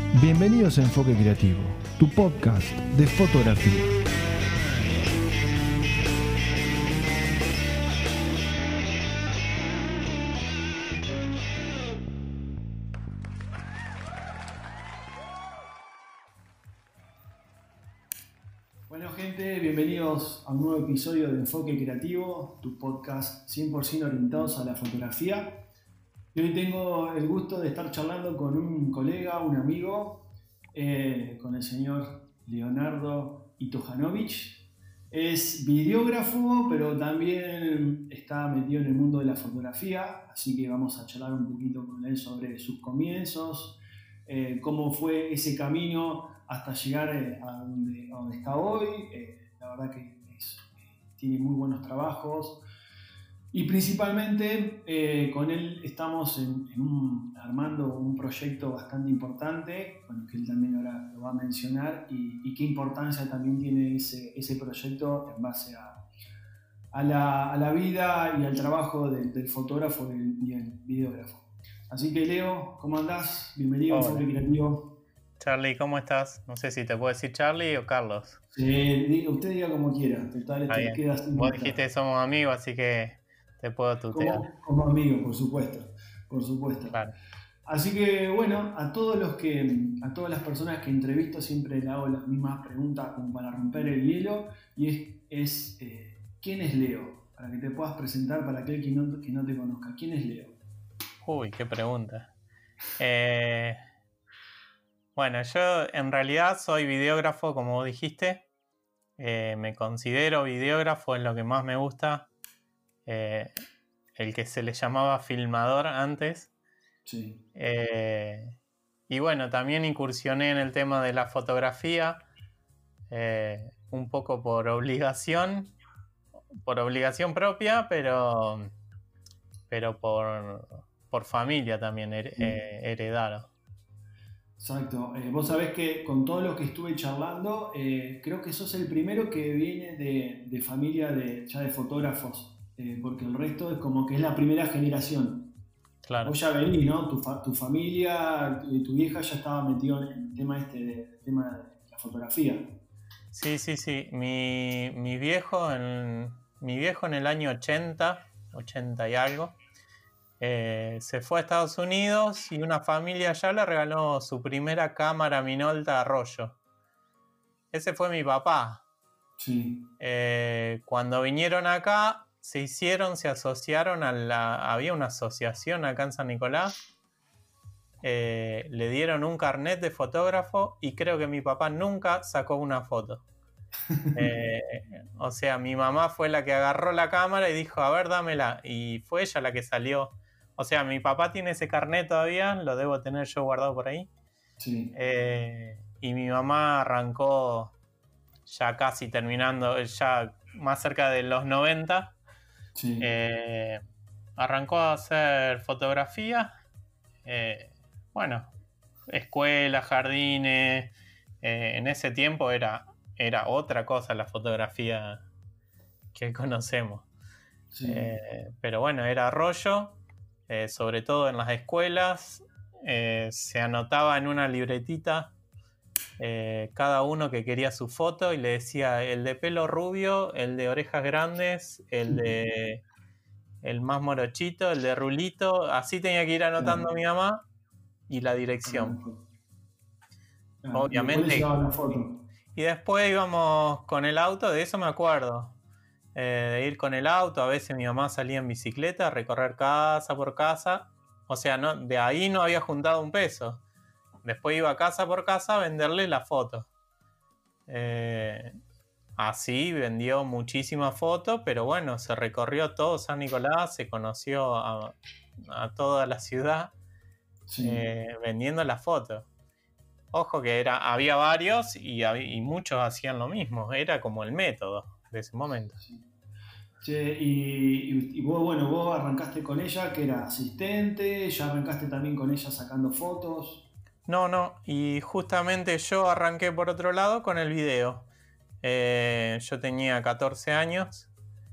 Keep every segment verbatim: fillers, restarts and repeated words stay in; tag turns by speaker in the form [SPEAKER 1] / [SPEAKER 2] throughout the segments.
[SPEAKER 1] Bienvenidos a Enfoque Creativo, tu podcast de fotografía. Bueno, gente, bienvenidos a un nuevo episodio de Enfoque Creativo, tu podcast cien por ciento orientados a la fotografía. Y hoy tengo el gusto de estar charlando con un colega, un amigo, eh, con el señor Leonardo Itojanovich. Es videógrafo, pero también está metido en el mundo de la fotografía, así que vamos a charlar un poquito con él sobre sus comienzos, eh, cómo fue ese camino hasta llegar eh, a, donde, a donde está hoy. Eh, la verdad que es, eh, tiene muy buenos trabajos. Y principalmente eh, con él estamos en, en un, armando un proyecto bastante importante, con el que él también ahora lo va a mencionar, y, y qué importancia también tiene ese, ese proyecto en base a, a, la, a la vida y al trabajo del, del fotógrafo y el, y el videógrafo. Así que Leo, ¿cómo andás? Bienvenido a Enfoque Creativo.
[SPEAKER 2] Charlie, ¿cómo estás? No sé si te puedo decir Charlie o Carlos.
[SPEAKER 1] Sí, usted diga como quiera, total,
[SPEAKER 2] Está
[SPEAKER 1] te
[SPEAKER 2] bien.
[SPEAKER 1] quedas sin
[SPEAKER 2] Vos
[SPEAKER 1] estar.
[SPEAKER 2] dijiste que somos amigos, así que te puedo tutear.
[SPEAKER 1] Como, como amigo, por supuesto, por supuesto.
[SPEAKER 2] Claro.
[SPEAKER 1] Así que bueno, a todos los que, a todas las personas que entrevisto siempre le hago las mismas preguntas como para romper el hielo, y es, es eh, ¿quién es Leo? Para que te puedas presentar para aquel que no, que no te conozca. ¿Quién es Leo?
[SPEAKER 2] Uy, qué pregunta. Eh, bueno, yo en realidad soy videógrafo, como vos dijiste. Eh, me considero videógrafo, es lo que más me gusta. Eh, el que se le llamaba filmador antes.
[SPEAKER 1] Sí.
[SPEAKER 2] Eh, y bueno, también incursioné en el tema de la fotografía, eh, un poco por obligación, por obligación propia, pero, pero por, por familia también her,
[SPEAKER 1] Sí.
[SPEAKER 2] eh, heredado.
[SPEAKER 1] Exacto. Eh, vos sabés que con todos los que estuve charlando, eh, creo que sos el primero que viene de, de familia de, ya de fotógrafos, eh, porque el resto es como que es la primera generación.
[SPEAKER 2] Claro.
[SPEAKER 1] Vos ya venís, ¿no? Tu, fa, tu familia, tu vieja ya estaba metido en el tema este de, el tema de la fotografía.
[SPEAKER 2] Sí, sí, sí. Mi, mi viejo en, mi viejo en el año ochenta, ochenta y algo, eh, se fue a Estados Unidos y una familia allá le regaló su primera cámara Minolta rollo. Ese fue mi papá.
[SPEAKER 1] Sí.
[SPEAKER 2] Eh, cuando vinieron acá, se hicieron, se asociaron a la... Había una asociación acá en San Nicolás. Eh, le dieron un carnet de fotógrafo y creo que mi papá nunca sacó una foto. Eh, o sea, mi mamá fue la que agarró la cámara y dijo, a ver, dámela. Y fue ella la que salió. O sea, mi papá tiene ese carnet todavía, lo debo tener yo guardado por ahí.
[SPEAKER 1] Sí.
[SPEAKER 2] Eh, y mi mamá arrancó ya casi terminando, ya más cerca de los noventa.
[SPEAKER 1] Sí.
[SPEAKER 2] Eh, arrancó a hacer fotografía. Eh, bueno, escuelas, jardines. Eh, en ese tiempo era, era otra cosa la fotografía que conocemos.
[SPEAKER 1] Sí.
[SPEAKER 2] Eh, pero bueno, era rollo, eh, sobre todo en las escuelas. Eh, se anotaba en una libretita eh, cada uno que quería su foto y le decía el de pelo rubio, el de orejas grandes, el de el más morochito, el de rulito. Así tenía que ir anotando
[SPEAKER 1] Claro.
[SPEAKER 2] mi mamá y la dirección.
[SPEAKER 1] Claro.
[SPEAKER 2] Obviamente.
[SPEAKER 1] Y después le llevaba la foto.
[SPEAKER 2] Y después íbamos con el auto, de eso me acuerdo. Eh, de ir con el auto, a veces mi mamá salía en bicicleta a recorrer casa por casa. O sea, no, de ahí no había juntado un peso. Después iba casa por casa a venderle la foto. Eh, así vendió muchísimas fotos, pero bueno, se recorrió todo San Nicolás, se conoció a, a toda la ciudad. Sí. eh, vendiendo las fotos. Ojo que era, había varios y, y muchos hacían lo mismo. Era como el método de ese momento.
[SPEAKER 1] Sí. Che, y, y, y vos, bueno, vos arrancaste con ella, que era asistente, ya arrancaste también con ella sacando fotos.
[SPEAKER 2] No, no, y justamente yo arranqué por otro lado con el video. Eh, yo tenía catorce años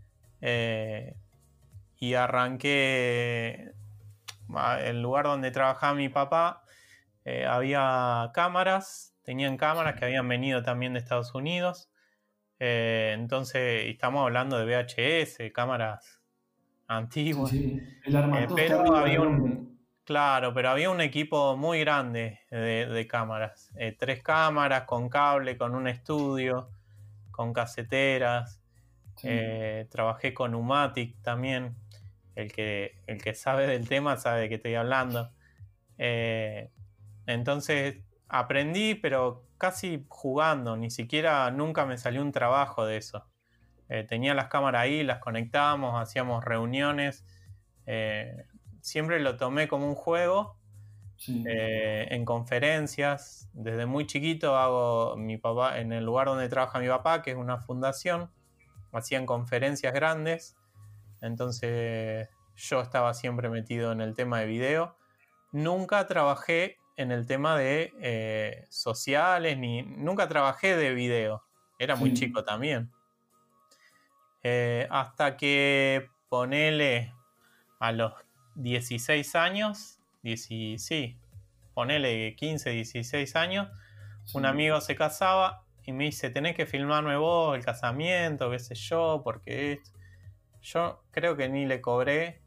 [SPEAKER 2] eh, y arranqué el lugar donde trabajaba mi papá. eh, había cámaras, tenían cámaras que habían venido también de Estados Unidos. Eh, entonces, estamos hablando de V H S, cámaras antiguas.
[SPEAKER 1] Sí, sí. El
[SPEAKER 2] Eh,
[SPEAKER 1] armatoste
[SPEAKER 2] pero
[SPEAKER 1] arriba
[SPEAKER 2] había
[SPEAKER 1] del hombro.
[SPEAKER 2] un, claro, pero había un equipo muy grande de, de cámaras. Eh, tres cámaras con cable, con un estudio, con caseteras.
[SPEAKER 1] Sí.
[SPEAKER 2] Eh, trabajé con Umatic también. El que, el que sabe del tema sabe de qué estoy hablando. Eh, entonces aprendí, pero casi jugando. Ni siquiera nunca me salió un trabajo de eso. Eh, tenía las cámaras ahí, las conectábamos, hacíamos reuniones. Eh, siempre lo tomé como un juego.
[SPEAKER 1] Sí.
[SPEAKER 2] Eh, en conferencias. Desde muy chiquito hago mi papá, en el lugar donde trabaja mi papá, que es una fundación, hacían conferencias grandes. Entonces yo estaba siempre metido en el tema de video. Nunca trabajé en el tema de eh, sociales, ni nunca trabajé de video. Era muy
[SPEAKER 1] Sí.
[SPEAKER 2] chico también. Eh, hasta que ponele a los dieciséis años, diez, sí, ponele quince, dieciséis años,
[SPEAKER 1] Sí.
[SPEAKER 2] un amigo se casaba y me dice, tenés que filmarme vos el casamiento, qué sé yo, porque esto. Yo creo que ni le cobré,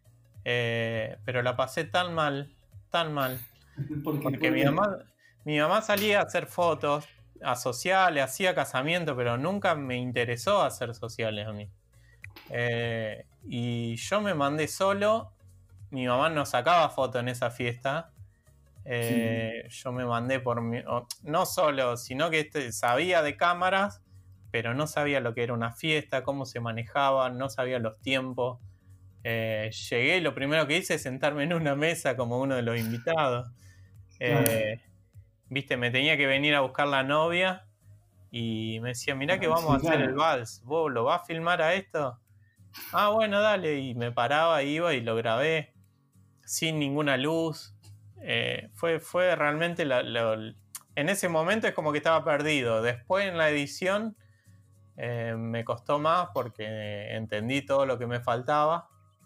[SPEAKER 2] eh, pero la pasé tan mal, tan mal,
[SPEAKER 1] ¿Por qué?
[SPEAKER 2] porque
[SPEAKER 1] ¿Por
[SPEAKER 2] mi
[SPEAKER 1] qué?
[SPEAKER 2] mamá, mi mamá salía a hacer fotos, a sociales, hacía casamiento, pero nunca me interesó hacer sociales a mí. Eh, y yo me mandé solo, mi mamá no sacaba fotos en esa fiesta. Eh,
[SPEAKER 1] Sí.
[SPEAKER 2] yo me mandé por mi, o, no solo, sino que este, sabía de cámaras, pero no sabía lo que era una fiesta, cómo se manejaba, no sabía los tiempos. Eh, llegué y lo primero que hice es sentarme en una mesa como uno de los invitados.
[SPEAKER 1] Claro.
[SPEAKER 2] Eh, Viste, me tenía que venir a buscar la novia y me decía, mirá que vamos
[SPEAKER 1] Sí,
[SPEAKER 2] a hacer el
[SPEAKER 1] claro.
[SPEAKER 2] vals, ¿vos lo vas a filmar a esto? Ah, bueno, dale. Y me paraba, iba y lo grabé sin ninguna luz. Eh, fue, fue realmente la, la, en ese momento es como que estaba perdido. Después en la edición eh, me costó más porque entendí todo lo que me faltaba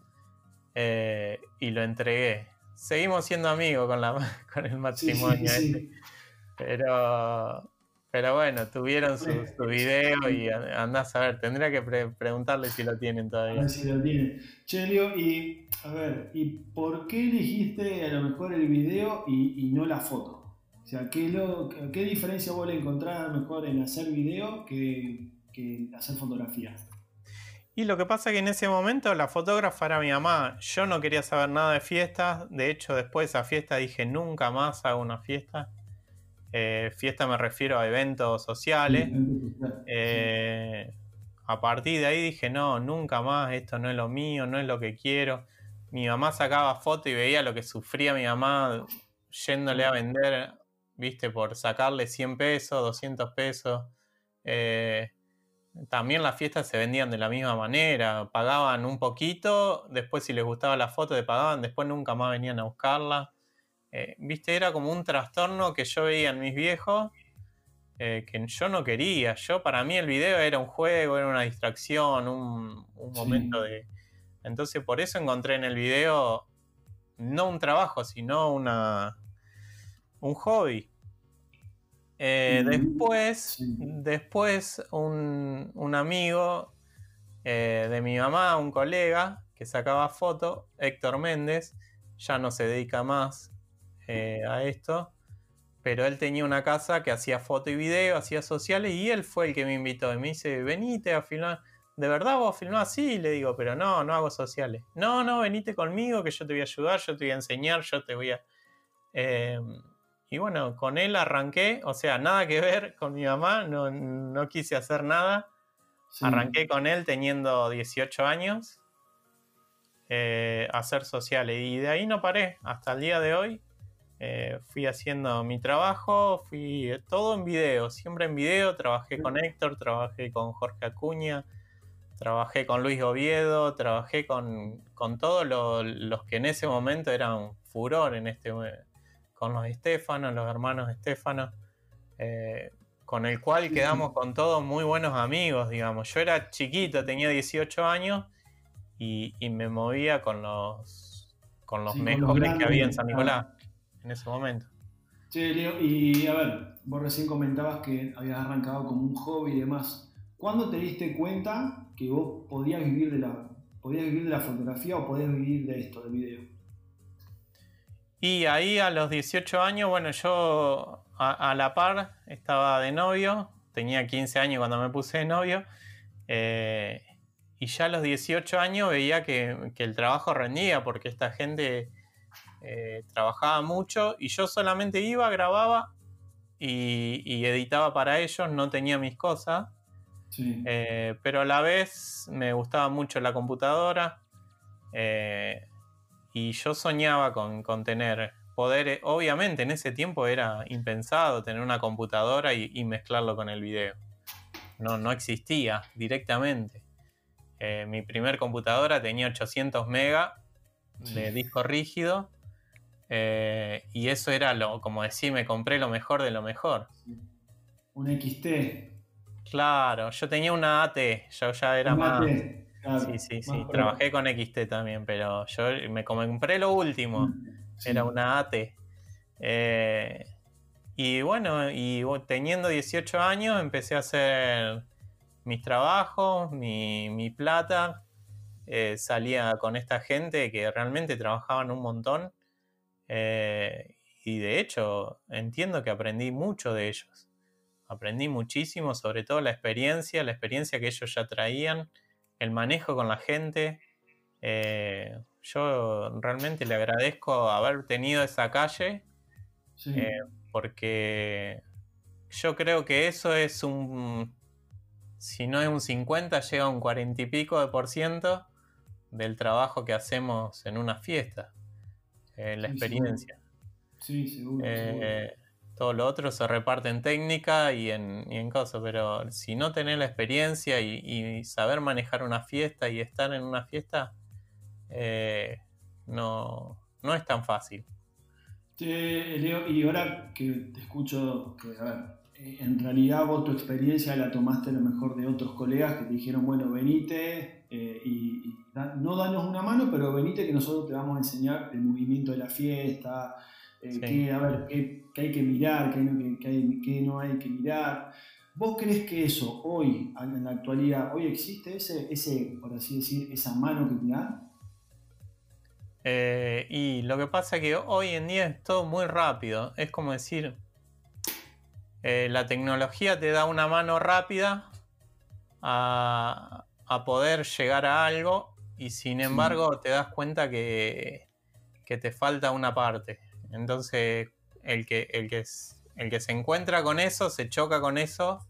[SPEAKER 2] eh, y lo entregué. Seguimos siendo amigos con, la, con el matrimonio
[SPEAKER 1] Sí, sí,
[SPEAKER 2] este,
[SPEAKER 1] sí.
[SPEAKER 2] pero, pero bueno, tuvieron su, su video y andás a ver, tendría que pre preguntarle si lo tienen
[SPEAKER 1] A ver
[SPEAKER 2] todavía.
[SPEAKER 1] si lo tiene. Che, Leo, y a ver, ¿y por qué elegiste a lo mejor el video y, y no la foto? O sea, ¿qué, lo, ¿qué diferencia vos le encontrás mejor en hacer video que, que hacer fotografía?
[SPEAKER 2] Y lo que pasa es que en ese momento la fotógrafa era mi mamá. Yo no quería saber nada de fiestas. De hecho, después de esa fiesta dije, nunca más hago una fiesta. Eh, fiesta me refiero a eventos sociales.
[SPEAKER 1] Sí,
[SPEAKER 2] Eh, a partir de ahí dije, no, nunca más, esto no es lo mío, no es lo que quiero. Mi mamá sacaba foto y veía lo que sufría mi mamá yéndole a vender, viste, por sacarle cien pesos, doscientos pesos. Eh, también las fiestas se vendían de la misma manera, pagaban un poquito, después si les gustaba la foto te pagaban, después nunca más venían a buscarla. Eh, viste, era como un trastorno que yo veía en mis viejos. Eh, que yo no quería. Yo, para mí el video era un juego, era una distracción, un, un momento
[SPEAKER 1] sí.
[SPEAKER 2] de... Entonces por eso encontré en el video no un trabajo, sino una, un hobby. Eh,
[SPEAKER 1] Y,
[SPEAKER 2] después,
[SPEAKER 1] sí.
[SPEAKER 2] después un, un amigo eh, de mi mamá, un colega que sacaba fotos, Héctor Méndez, ya no se dedica más eh, a esto. Pero él tenía una casa que hacía foto y video, hacía sociales, y él fue el que me invitó. Y me dice, venite a filmar. ¿De verdad vos filmás así? Y le digo, pero no, no hago sociales. No, no, venite conmigo que yo te voy a ayudar, yo te voy a enseñar, yo te voy a... Eh, y bueno, con él arranqué, o sea, nada que ver con mi mamá, no, no quise hacer nada.
[SPEAKER 1] Sí.
[SPEAKER 2] Arranqué con él teniendo dieciocho años, eh, a hacer sociales. Y de ahí no paré, hasta el día de hoy. Eh, fui haciendo mi trabajo, fui todo en video, siempre en video. Trabajé con Héctor, trabajé con Jorge Acuña, trabajé con Luis Oviedo, trabajé con, con todos lo, los que en ese momento eran furor en este, con los Estéfanos, los hermanos Estéfanos, eh, con el cual
[SPEAKER 1] Sí,
[SPEAKER 2] quedamos
[SPEAKER 1] sí.
[SPEAKER 2] con todos muy buenos amigos, digamos. Yo era chiquito, tenía dieciocho años y, y me movía con los, con los
[SPEAKER 1] Sí, con los
[SPEAKER 2] mejores que había en
[SPEAKER 1] grandes.
[SPEAKER 2] San
[SPEAKER 1] Claro.
[SPEAKER 2] Nicolás en ese momento.
[SPEAKER 1] Che, Leo, y a ver, vos recién comentabas que habías arrancado como un hobby y demás. ¿Cuándo te diste cuenta que vos podías vivir de la, podías vivir de la fotografía o podías vivir de esto, del video?
[SPEAKER 2] Y ahí a los dieciocho años, bueno, yo a, a la par estaba de novio, tenía quince años cuando me puse de novio, eh, y ya a los dieciocho años veía que, que el trabajo rendía porque esta gente eh, trabajaba mucho y yo solamente iba, grababa y, y editaba para ellos, no tenía mis cosas,
[SPEAKER 1] Sí,
[SPEAKER 2] eh, pero a la vez me gustaba mucho la computadora. eh, Y yo soñaba con, con tener poder. Obviamente en ese tiempo era impensado tener una computadora y, y mezclarlo con el video. No, no existía directamente. Eh, mi primer computadora tenía ochocientos megas
[SPEAKER 1] sí.
[SPEAKER 2] de disco rígido. eh, y eso era lo, como decir, me compré lo mejor de lo mejor.
[SPEAKER 1] Sí. Un X T,
[SPEAKER 2] Claro, yo tenía una A T, yo ya era
[SPEAKER 1] un
[SPEAKER 2] más.
[SPEAKER 1] A T,
[SPEAKER 2] Sí,
[SPEAKER 1] claro,
[SPEAKER 2] sí,
[SPEAKER 1] más
[SPEAKER 2] sí.
[SPEAKER 1] pro.
[SPEAKER 2] Trabajé con X T también, pero yo me compré lo último. Era
[SPEAKER 1] Sí,
[SPEAKER 2] una A T. Eh, y bueno, y teniendo dieciocho años empecé a hacer mis trabajos, mi, mi plata. Eh, salía con esta gente que realmente trabajaban un montón. eh, y de hecho entiendo que aprendí mucho de ellos. Aprendí muchísimo, sobre todo la experiencia, la experiencia que ellos ya traían, el manejo con la gente. Eh, yo realmente le agradezco haber tenido esa calle, eh,
[SPEAKER 1] sí.
[SPEAKER 2] porque yo creo que eso es un, si no es un cincuenta, llega a un cuarenta y pico de por ciento del trabajo que hacemos en una fiesta, eh, la
[SPEAKER 1] Sí, seguro.
[SPEAKER 2] experiencia.
[SPEAKER 1] Sí, seguro, seguro.
[SPEAKER 2] Eh, todo lo otro se reparte en técnica y en, y en cosas, pero si no tenés la experiencia y, y saber manejar una fiesta y estar en una fiesta, eh, no, no es tan fácil.
[SPEAKER 1] Che, Leo, y ahora que te escucho, que a ver, eh, en realidad vos tu experiencia la tomaste a lo mejor de otros colegas que te dijeron, bueno, venite eh, y, y da- no danos una mano, pero venite que nosotros te vamos a enseñar el movimiento de la fiesta, eh,
[SPEAKER 2] Sí.
[SPEAKER 1] qué, a ver, qué, qué hay que mirar, qué no, qué- qué hay- qué no hay que mirar. ¿Vos crees que eso hoy, en la actualidad, hoy existe ese, ese, por así decir, esa mano que te dan?
[SPEAKER 2] Eh, y lo que pasa es que hoy en día es todo muy rápido. Es como decir, eh, la tecnología te da una mano rápida a, a poder llegar a algo y sin
[SPEAKER 1] Sí,
[SPEAKER 2] embargo te das cuenta que, que te falta una parte. Entonces el que, el, que, el que se encuentra con eso, se choca con eso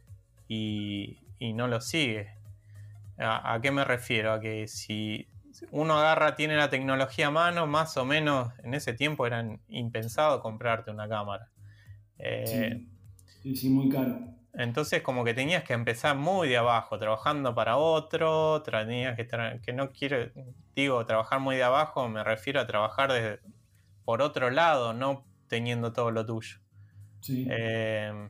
[SPEAKER 2] y, y no lo sigue. ¿A, ¿A qué me refiero? A que si uno agarra, tiene la tecnología a mano, más o menos en ese tiempo era impensado comprarte una cámara. Eh,
[SPEAKER 1] sí, sí, sí, muy caro.
[SPEAKER 2] entonces como que tenías que empezar muy de abajo, trabajando para otro, tenías que, tra- que no quiero, digo, trabajar muy de abajo, me refiero a trabajar desde, por otro lado, no teniendo todo lo tuyo.
[SPEAKER 1] Sí.
[SPEAKER 2] Eh,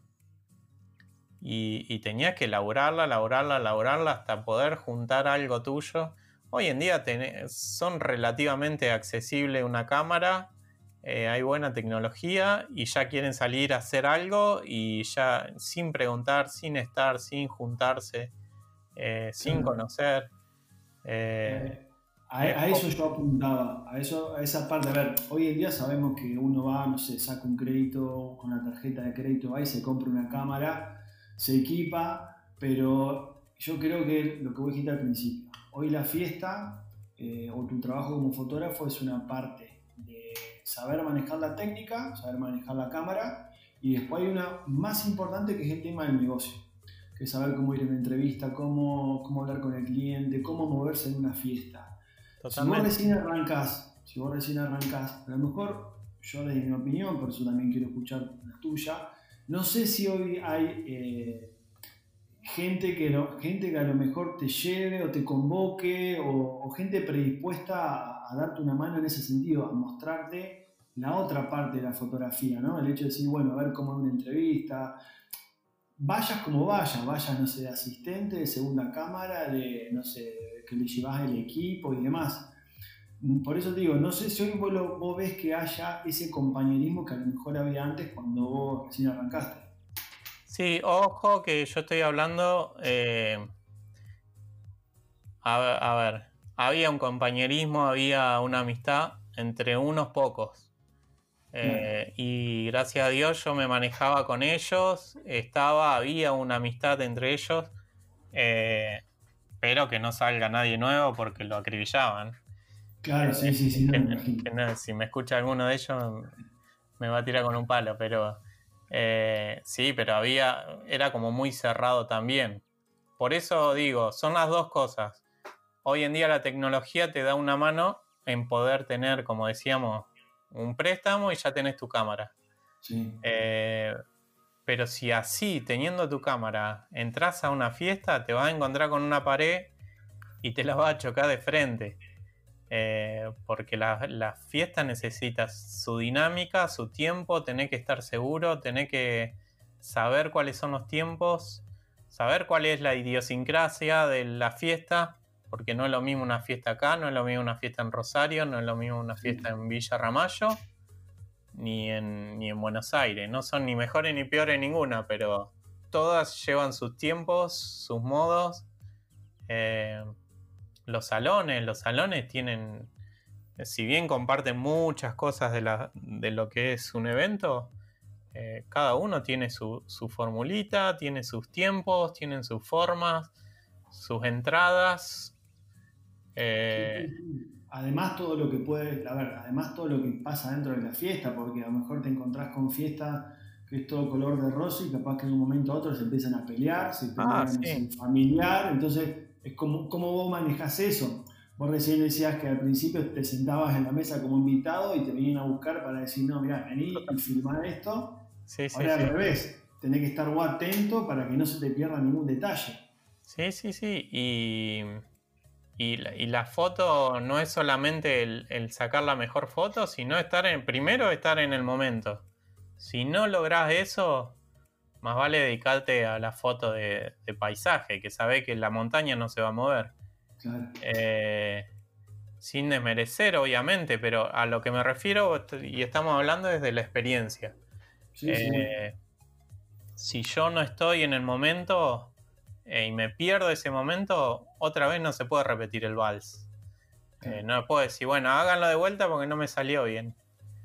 [SPEAKER 2] y, y tenías que laburarla, laburarla, laburarla hasta poder juntar algo tuyo. Hoy en día tenés, son relativamente accesibles una cámara, eh, hay buena tecnología y ya quieren salir a hacer algo y ya sin preguntar, sin estar, sin juntarse, eh, sin
[SPEAKER 1] Claro.
[SPEAKER 2] conocer. eh,
[SPEAKER 1] Eh, a,
[SPEAKER 2] es
[SPEAKER 1] a eso
[SPEAKER 2] po-
[SPEAKER 1] yo apuntaba, a eso, a esa parte. A ver, hoy en día sabemos que uno va, no sé, saca un crédito con la tarjeta de crédito, va y se compra una cámara, se equipa, pero yo creo que lo que vos dijiste al principio, hoy la fiesta eh, o tu trabajo como fotógrafo es una parte de saber manejar la técnica, saber manejar la cámara, y después hay una más importante que es el tema del negocio, que es saber cómo ir a una entrevista, cómo, cómo hablar con el cliente, cómo moverse en una fiesta. Si vos
[SPEAKER 2] Totalmente.
[SPEAKER 1] recién arrancás, si vos recién arrancás, a lo mejor yo desde mi opinión, por eso también quiero escuchar la tuya, no sé si hoy hay eh, gente, que no, gente que a lo mejor te lleve o te convoque o, o gente predispuesta a, a darte una mano en ese sentido, a mostrarte la otra parte de la fotografía, ¿no? El hecho de decir, bueno, a ver cómo es una entrevista, vayas como vayas, vayas, no sé, de asistente, de segunda cámara, de, no sé, que le llevas el equipo y demás. Por eso te digo, no sé si hoy vos, lo- vos ves que haya ese compañerismo que a lo mejor había antes cuando vos recién arrancaste.
[SPEAKER 2] Sí, ojo que yo estoy hablando, eh, a, ver, a ver, había un compañerismo, había una amistad entre unos pocos.
[SPEAKER 1] Claro,
[SPEAKER 2] Eh, y gracias a Dios yo me manejaba con ellos, estaba, había una amistad entre ellos, eh, pero que no salga nadie nuevo porque lo acribillaban.
[SPEAKER 1] claro, sí,
[SPEAKER 2] Eh,
[SPEAKER 1] sí, sí, no
[SPEAKER 2] que,
[SPEAKER 1] me imagino.
[SPEAKER 2] que no, si me escucha alguno de ellos me va a tirar con un palo, pero eh, sí, pero había, era como muy cerrado también. Por eso digo, son las dos cosas. Hoy en día la tecnología te da una mano en poder tener, como decíamos, un préstamo y ya tenés tu cámara.
[SPEAKER 1] Sí,
[SPEAKER 2] Eh, pero si así, teniendo tu cámara, entras a una fiesta, te vas a encontrar con una pared y te la vas a chocar de frente. Eh, porque la, la fiesta necesita su dinámica, su tiempo, tenés que estar seguro, tenés que saber cuáles son los tiempos, saber cuál es la idiosincrasia de la fiesta, porque no es lo mismo una fiesta acá, no es lo mismo una fiesta en Rosario, no es lo mismo una
[SPEAKER 1] sí.
[SPEAKER 2] fiesta en Villa Ramallo, ni en, ni en Buenos Aires. No son ni mejores ni peores ninguna, pero todas llevan sus tiempos, sus modos. Eh, los salones, los salones tienen, si bien comparten muchas cosas de, la, de lo que es un evento, eh, cada uno tiene su, su formulita, tiene sus tiempos, tienen sus formas, sus entradas.
[SPEAKER 1] Sí,
[SPEAKER 2] Eh,
[SPEAKER 1] sí, sí. Además todo lo que puede, a ver, además todo lo que pasa dentro de la fiesta, porque a lo mejor te encontrás con fiesta que es todo color de rosa y capaz que en un momento a otro se empiezan a pelear, se
[SPEAKER 2] ah,
[SPEAKER 1] pelean
[SPEAKER 2] sí,
[SPEAKER 1] sin familiar, entonces es como, ¿cómo vos manejás eso? Vos recién decías que al principio te sentabas en la mesa como invitado y te venían a buscar para decir, no, mirá, vení y filmá esto.
[SPEAKER 2] sí, sí,
[SPEAKER 1] Ahora al
[SPEAKER 2] sí.
[SPEAKER 1] revés, tenés que estar vos atento para que no se te pierda ningún detalle.
[SPEAKER 2] Sí, sí, sí. Y, y, la, y la foto no es solamente el, el sacar la mejor foto, sino estar en, primero estar en el momento. Si no lográs eso, más vale dedicarte a la foto de, de paisaje, que sabés que la montaña no se va a mover.
[SPEAKER 1] Claro.
[SPEAKER 2] Eh, sin desmerecer, obviamente, pero a lo que me refiero, y estamos hablando desde la experiencia.
[SPEAKER 1] Sí, sí.
[SPEAKER 2] Eh, si yo no estoy en el momento eh, y me pierdo ese momento, otra vez no se puede repetir el vals. Eh,
[SPEAKER 1] Claro.
[SPEAKER 2] no puedo decir, bueno, háganlo de vuelta porque no me salió bien.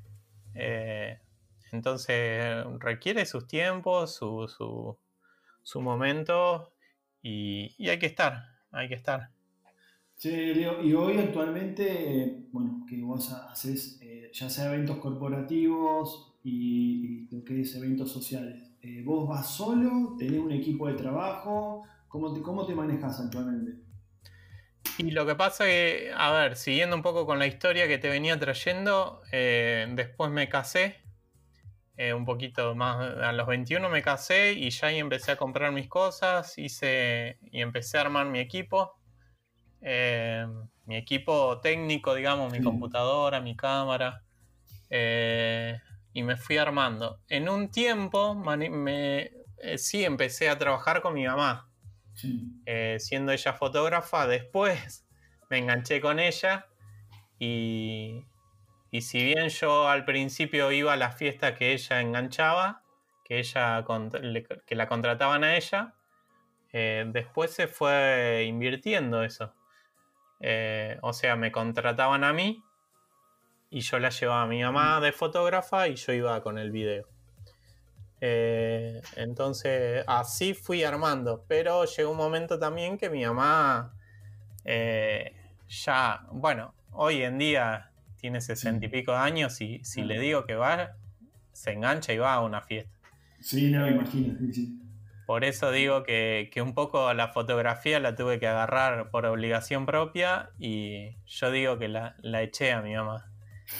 [SPEAKER 2] Eh, entonces requiere sus tiempos, su, su, su momento y, y hay que estar, hay que estar.
[SPEAKER 1] Che, Leo, y hoy actualmente, eh, bueno, que vos ha- haces eh, ya sea eventos corporativos y, y lo que es eventos sociales, eh, ¿vos vas solo? ¿Tenés un equipo de trabajo? ¿Cómo te, cómo te manejas actualmente?
[SPEAKER 2] Y lo que pasa que, a ver, siguiendo un poco con la historia que te venía trayendo, eh, después me casé, eh, un poquito más, a los veintiuno me casé y ya ahí empecé a comprar mis cosas, hice y empecé a armar mi equipo, eh, mi equipo técnico, digamos, mi
[SPEAKER 1] Sí,
[SPEAKER 2] computadora, mi cámara, eh, y me fui armando. En un tiempo mane- me, eh, sí empecé a trabajar con mi mamá,
[SPEAKER 1] sí,
[SPEAKER 2] eh, siendo ella fotógrafa, después me enganché con ella y, y si bien yo al principio iba a la fiesta que ella enganchaba, que, ella, que la contrataban a ella, eh, después se fue invirtiendo eso. Eh, o sea, me contrataban a mí y yo la llevaba a mi mamá de fotógrafa y yo iba con el video. Eh, entonces así fui armando, pero llegó un momento también que mi mamá eh, ya, bueno, hoy en día tiene sesenta y
[SPEAKER 1] sí,
[SPEAKER 2] pico de años y si le
[SPEAKER 1] claro.
[SPEAKER 2] digo que va, se engancha y va a una fiesta.
[SPEAKER 1] Sí, no, me
[SPEAKER 2] Eh,
[SPEAKER 1] imagino, sí, sí.
[SPEAKER 2] por eso digo que, que un poco la fotografía la tuve que agarrar por obligación propia y yo digo que la, la eché a mi mamá.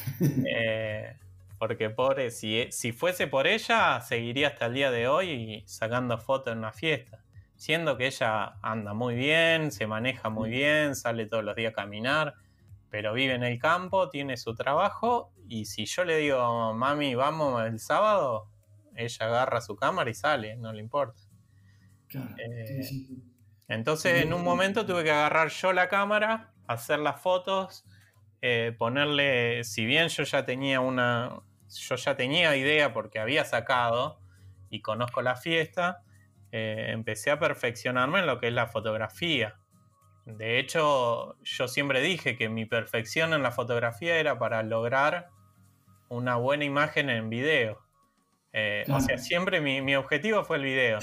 [SPEAKER 2] Eh, porque pobre, si, si fuese por ella, seguiría hasta el día de hoy sacando fotos en una fiesta. Siendo que ella anda muy bien, se maneja muy
[SPEAKER 1] Sí,
[SPEAKER 2] bien, sale todos los días a caminar, pero vive en el campo, tiene su trabajo y si yo le digo, mami, vamos el sábado, ella agarra su cámara y sale, no le importa.
[SPEAKER 1] claro, sí,
[SPEAKER 2] Eh,
[SPEAKER 1] sí, sí.
[SPEAKER 2] entonces
[SPEAKER 1] Sí,
[SPEAKER 2] en un
[SPEAKER 1] es-
[SPEAKER 2] momento tuve que agarrar yo la cámara, hacer las fotos, eh, ponerle, si bien yo ya tenía una, yo ya tenía idea porque había sacado y conozco la fiesta, eh, empecé a perfeccionarme en lo que es la fotografía. De hecho, yo siempre dije que mi perfección en la fotografía era para lograr una buena imagen en video. Eh,
[SPEAKER 1] Claro.
[SPEAKER 2] O sea, siempre mi, mi objetivo fue el video.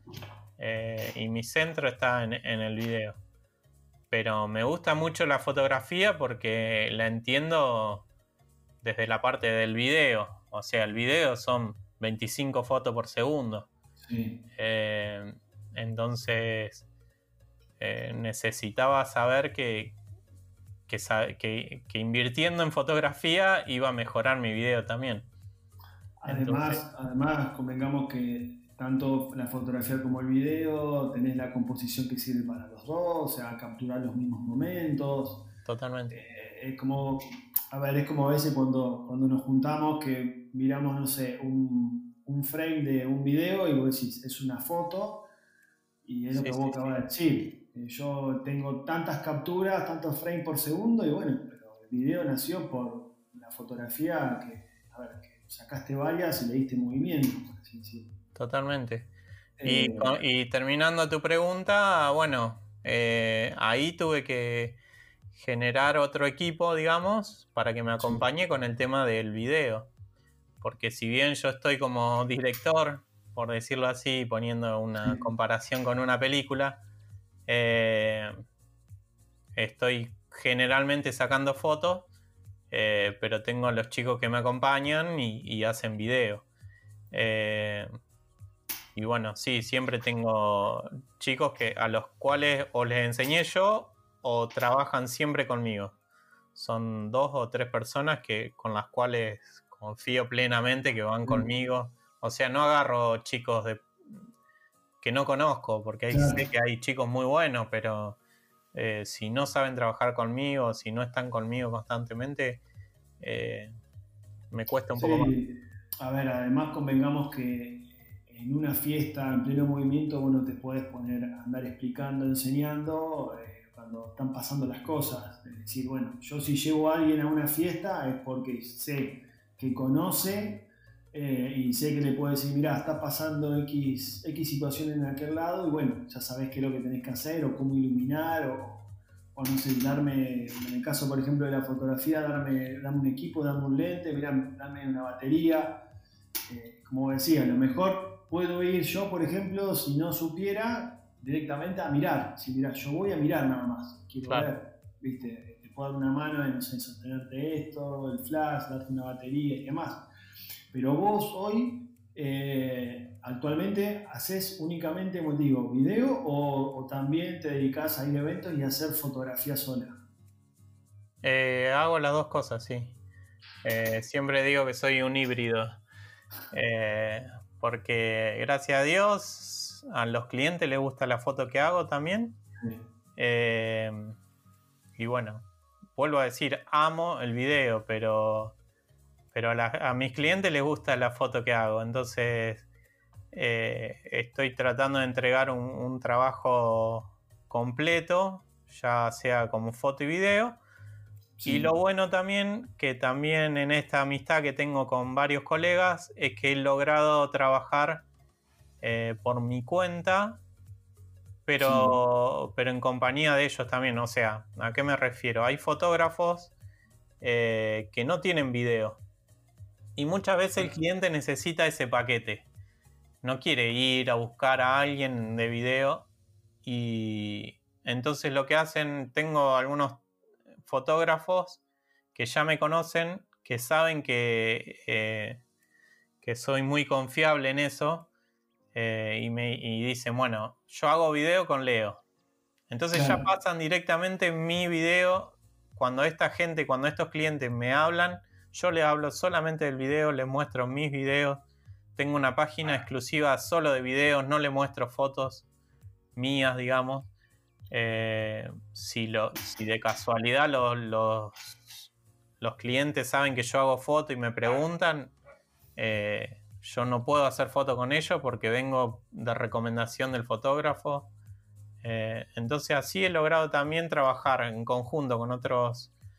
[SPEAKER 2] Eh, y mi centro está en, en el video. Pero me gusta mucho la fotografía porque la entiendo desde la parte del video. O sea, el video son veinticinco fotos por segundo.
[SPEAKER 1] Sí.
[SPEAKER 2] Eh, entonces, eh, necesitaba saber que, que, que, que invirtiendo en fotografía iba a mejorar mi video también.
[SPEAKER 1] Además,
[SPEAKER 2] Entonces,
[SPEAKER 1] además, convengamos que tanto la fotografía como el video tenés la composición que sirve para los dos, o sea, capturar los mismos momentos.
[SPEAKER 2] totalmente.
[SPEAKER 1] Eh, es como, a ver, es como a veces cuando, cuando nos juntamos que miramos, no sé, un, un frame de un video y vos decís, es una foto y es lo
[SPEAKER 2] Sí,
[SPEAKER 1] que
[SPEAKER 2] sí,
[SPEAKER 1] vos acabas de decir. Eh, yo tengo tantas capturas, tantos frames por segundo y bueno, pero el video nació por la fotografía que, a ver, que sacaste varias y le diste movimiento, por así decirlo.
[SPEAKER 2] totalmente.
[SPEAKER 1] Eh,
[SPEAKER 2] Y, con- y terminando tu pregunta, bueno, eh, ahí tuve que generar otro equipo, digamos, para que me acompañe con el tema del video. Porque si bien yo estoy como director, por decirlo así, poniendo una
[SPEAKER 1] sí,
[SPEAKER 2] comparación con una película, eh, estoy generalmente sacando fotos, eh, pero tengo a los chicos que me acompañan y, y hacen video. Eh, y bueno, sí, siempre tengo chicos que, a los cuales o les enseñé yo o trabajan siempre conmigo. Son dos o tres personas que, con las cuales confío plenamente que van
[SPEAKER 1] sí.
[SPEAKER 2] conmigo. O sea, no agarro chicos de, que no conozco, porque hay,
[SPEAKER 1] Claro.
[SPEAKER 2] sé que hay chicos muy buenos, pero eh, si no saben trabajar conmigo, si no están conmigo constantemente, eh, me cuesta un poco más.
[SPEAKER 1] Sí, a ver, además convengamos que en una fiesta en pleno movimiento vos no te podés poner a andar explicando, enseñando eh, cuando están pasando las cosas. Es decir, bueno, yo si llevo a alguien a una fiesta es porque sé que conoce eh, y sé que le puedo decir, mirá, está pasando X, X situación en aquel lado y bueno, ya sabés qué es lo que tenés que hacer o cómo iluminar o, o no sé, darme, en el caso por ejemplo de la fotografía, darme, darme un equipo, darme un lente, mirá, darme una batería. Eh, como decía, a lo mejor puedo ir yo, por ejemplo, si no supiera, directamente a mirar. Si mirá, yo voy a mirar nada más, quiero
[SPEAKER 2] Claro.
[SPEAKER 1] ver, ¿viste? Te puedo dar una mano en, no sé, sostenerte esto, el flash, darte una batería y demás. Pero vos hoy, eh, actualmente, haces únicamente, como te digo, video o, o también te dedicas a ir a eventos y a hacer fotografía sola.
[SPEAKER 2] Eh, hago las dos cosas, sí. Eh, siempre digo que soy un híbrido. Eh, porque gracias a Dios a los clientes les gusta la foto que hago también.
[SPEAKER 1] Sí.
[SPEAKER 2] Eh, y bueno, vuelvo a decir, amo el video, pero, pero a, la- a mis clientes les gusta la foto que hago. Entonces eh, estoy tratando de entregar un, un trabajo completo, ya sea como foto y video.
[SPEAKER 1] Sí.
[SPEAKER 2] Y lo bueno también, que también en esta amistad que tengo con varios colegas, es que he logrado trabajar eh, por mi cuenta, pero, sí. pero en compañía de ellos también. O sea, ¿a qué me refiero? Hay fotógrafos eh, que no tienen video. Y muchas veces el cliente necesita ese paquete. No quiere ir a buscar a alguien de video. Y entonces lo que hacen, tengo algunos fotógrafos que ya me conocen, que saben que, eh, que soy muy confiable en eso, eh, y, me, y dicen, bueno, yo hago video con Leo. Entonces
[SPEAKER 1] Claro.
[SPEAKER 2] ya pasan directamente mi video. Cuando esta gente, cuando estos clientes me hablan, yo les hablo solamente del video, les muestro mis videos. Tengo una página exclusiva solo de videos, no les muestro fotos mías, digamos. Eh, si, lo, si de casualidad los, los, los clientes saben que yo hago foto y me preguntan, eh, yo no puedo hacer foto con ellos porque vengo de recomendación del fotógrafo. Eh, entonces así he logrado también trabajar en conjunto con otros,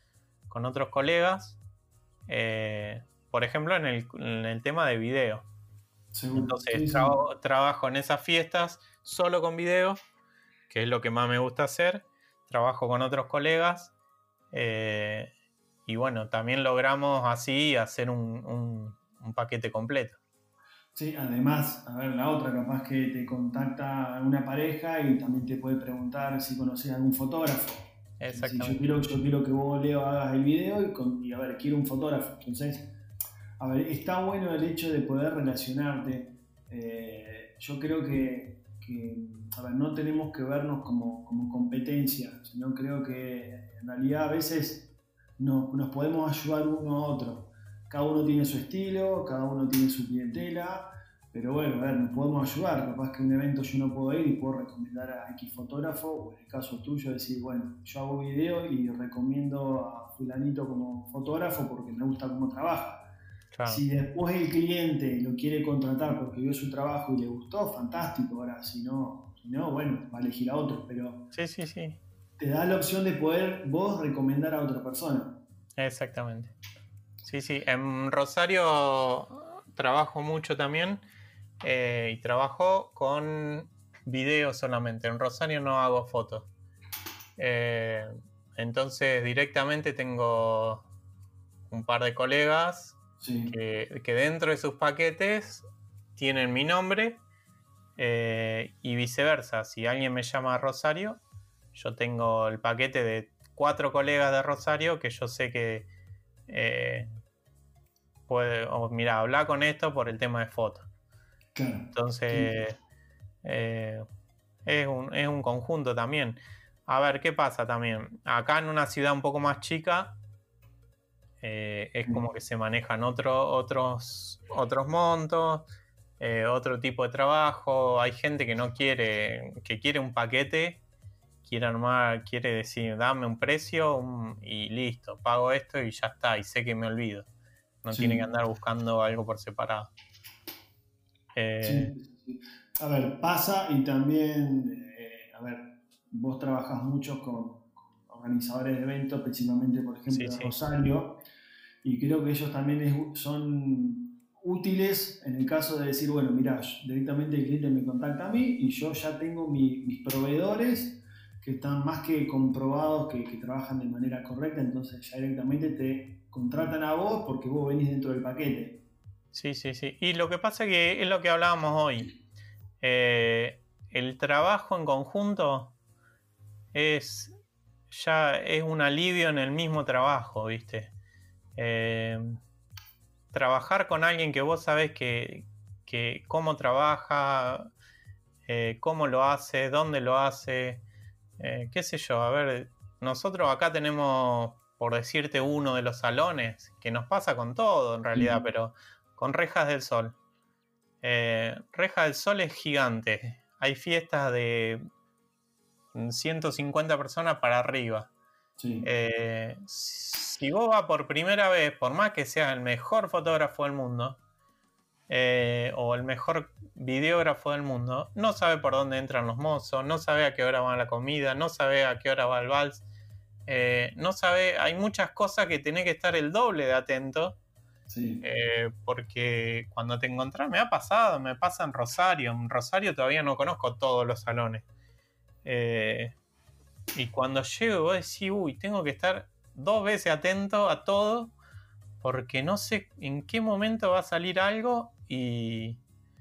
[SPEAKER 2] con otros colegas, eh, por ejemplo, en el, en el tema de video.
[SPEAKER 1] Seguro.
[SPEAKER 2] Entonces
[SPEAKER 1] Sí, sí.
[SPEAKER 2] tra- trabajo en esas fiestas solo con video, que es lo que más me gusta hacer. Trabajo con otros colegas eh, y bueno, también logramos así hacer un, un, un paquete completo.
[SPEAKER 1] Sí, además, a ver, la otra, capaz que te contacta una pareja y también te puede preguntar si conoces a algún fotógrafo. Si, si yo
[SPEAKER 2] Exactamente.
[SPEAKER 1] quiero, yo quiero que vos, Leo, hagas el video y, con- y, a ver, quiero un fotógrafo. Entonces, a ver, está bueno el hecho de poder relacionarte. Eh, yo creo que, que, a ver, no tenemos que vernos como, como competencia, sino creo que en realidad a veces no- nos podemos ayudar uno a otro. Cada uno tiene su estilo, cada uno tiene su clientela, pero bueno, a ver, nos podemos ayudar. Capaz que en un evento yo no puedo ir y puedo recomendar a X fotógrafo, o en el caso tuyo decir, bueno, yo hago video y recomiendo a fulanito como fotógrafo porque me gusta cómo trabaja.
[SPEAKER 2] Claro.
[SPEAKER 1] Si después el cliente lo quiere contratar porque vio su trabajo y le gustó, fantástico. Ahora, si no, si no, bueno, va a elegir a otro, pero
[SPEAKER 2] Sí, sí, sí.
[SPEAKER 1] te da la opción de poder vos recomendar a otra persona.
[SPEAKER 2] Exactamente. Sí, sí. En Rosario trabajo mucho también eh, y trabajo con video solamente. En Rosario no hago fotos. Eh, entonces directamente tengo un par de colegas
[SPEAKER 1] Sí,
[SPEAKER 2] que, que dentro de sus paquetes tienen mi nombre eh, y viceversa. Si alguien me llama a Rosario, yo tengo el paquete de cuatro colegas de Rosario que yo sé que eh, puede, o mira, hablar con esto por el tema de fotos.
[SPEAKER 1] claro. Sí,
[SPEAKER 2] Entonces eh, es, un, es un conjunto también. A ver, ¿qué pasa también? Acá en una ciudad un poco más chica, eh, es
[SPEAKER 1] sí,
[SPEAKER 2] como que se manejan otro, otros, otros montos, eh, otro tipo de trabajo. Hay gente que no quiere, que quiere un paquete, quiere armar, quiere decir, dame un precio un- y listo, pago esto y ya está, y sé que me olvido. No tiene que
[SPEAKER 1] sí.
[SPEAKER 2] andar buscando algo por separado. Eh,
[SPEAKER 1] Sí, sí, sí. A ver, pasa y también, eh, a ver, vos trabajás mucho con organizadores de eventos, principalmente, por
[SPEAKER 2] sí,
[SPEAKER 1] ejemplo, de
[SPEAKER 2] sí,
[SPEAKER 1] Rosario, y creo que ellos también es- son útiles en el caso de decir, bueno, mira, directamente el cliente me contacta a mí y yo ya tengo mi- mis proveedores que están más que comprobados que, que trabajan de manera correcta, entonces ya directamente te contratan a vos porque vos venís dentro del paquete.
[SPEAKER 2] sí, sí, sí. Y lo que pasa que es lo que hablábamos hoy. Eh, el trabajo en conjunto es ya es un alivio en el mismo trabajo, ¿viste? Eh, trabajar con alguien que vos sabés que, que cómo trabaja, eh, cómo lo hace, dónde lo hace, eh, qué sé yo, a ver, nosotros acá tenemos, por decirte, uno de los salones, que nos pasa con todo en realidad,
[SPEAKER 1] Sí,
[SPEAKER 2] pero con Rejas del Sol. Eh, Rejas del Sol es gigante, hay fiestas de ciento cincuenta personas para arriba.
[SPEAKER 1] sí.
[SPEAKER 2] Eh, si vos vas por primera vez, por más que seas el mejor fotógrafo del mundo eh, o el mejor videógrafo del mundo, no sabe por dónde entran los mozos, no sabe a qué hora va la comida, no sabe a qué hora va el vals, eh, no sabe, hay muchas cosas que tenés que estar el doble de atento.
[SPEAKER 1] Sí,
[SPEAKER 2] Eh, porque cuando te encontrás, me ha pasado, me pasa en Rosario. En Rosario todavía no conozco todos los salones. Eh, y cuando llego, vos decís, uy, tengo que estar dos veces atento a todo porque no sé en qué momento va a salir algo y,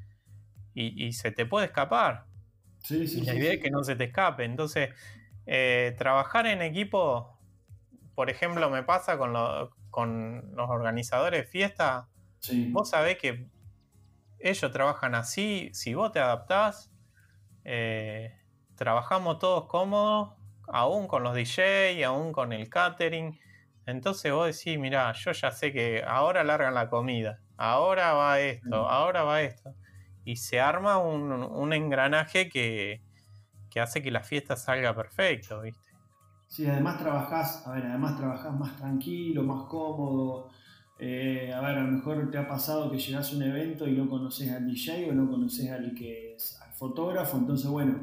[SPEAKER 2] y, y se te puede escapar.
[SPEAKER 1] sí,
[SPEAKER 2] Y
[SPEAKER 1] sí,
[SPEAKER 2] la
[SPEAKER 1] sí,
[SPEAKER 2] idea es
[SPEAKER 1] sí.
[SPEAKER 2] que no se te escape. Entonces, eh, trabajar en equipo, por ejemplo, me pasa con, lo- con los organizadores de fiesta.
[SPEAKER 1] Sí,
[SPEAKER 2] Vos sabés que ellos trabajan así, si vos te adaptás, eh, trabajamos todos cómodos, aún con los D J, aún con el catering. Entonces vos decís, mirá, yo ya sé que ahora largan la comida, ahora va esto, ahora va esto. Y se arma un, un engranaje que, que hace que la fiesta salga perfecto, ¿viste?
[SPEAKER 1] sí, además trabajás, a ver, además trabajás más tranquilo, más cómodo. Eh, a ver, a lo mejor te ha pasado que llegás a un evento y no conoces al D J o no conoces al que es al fotógrafo, entonces bueno,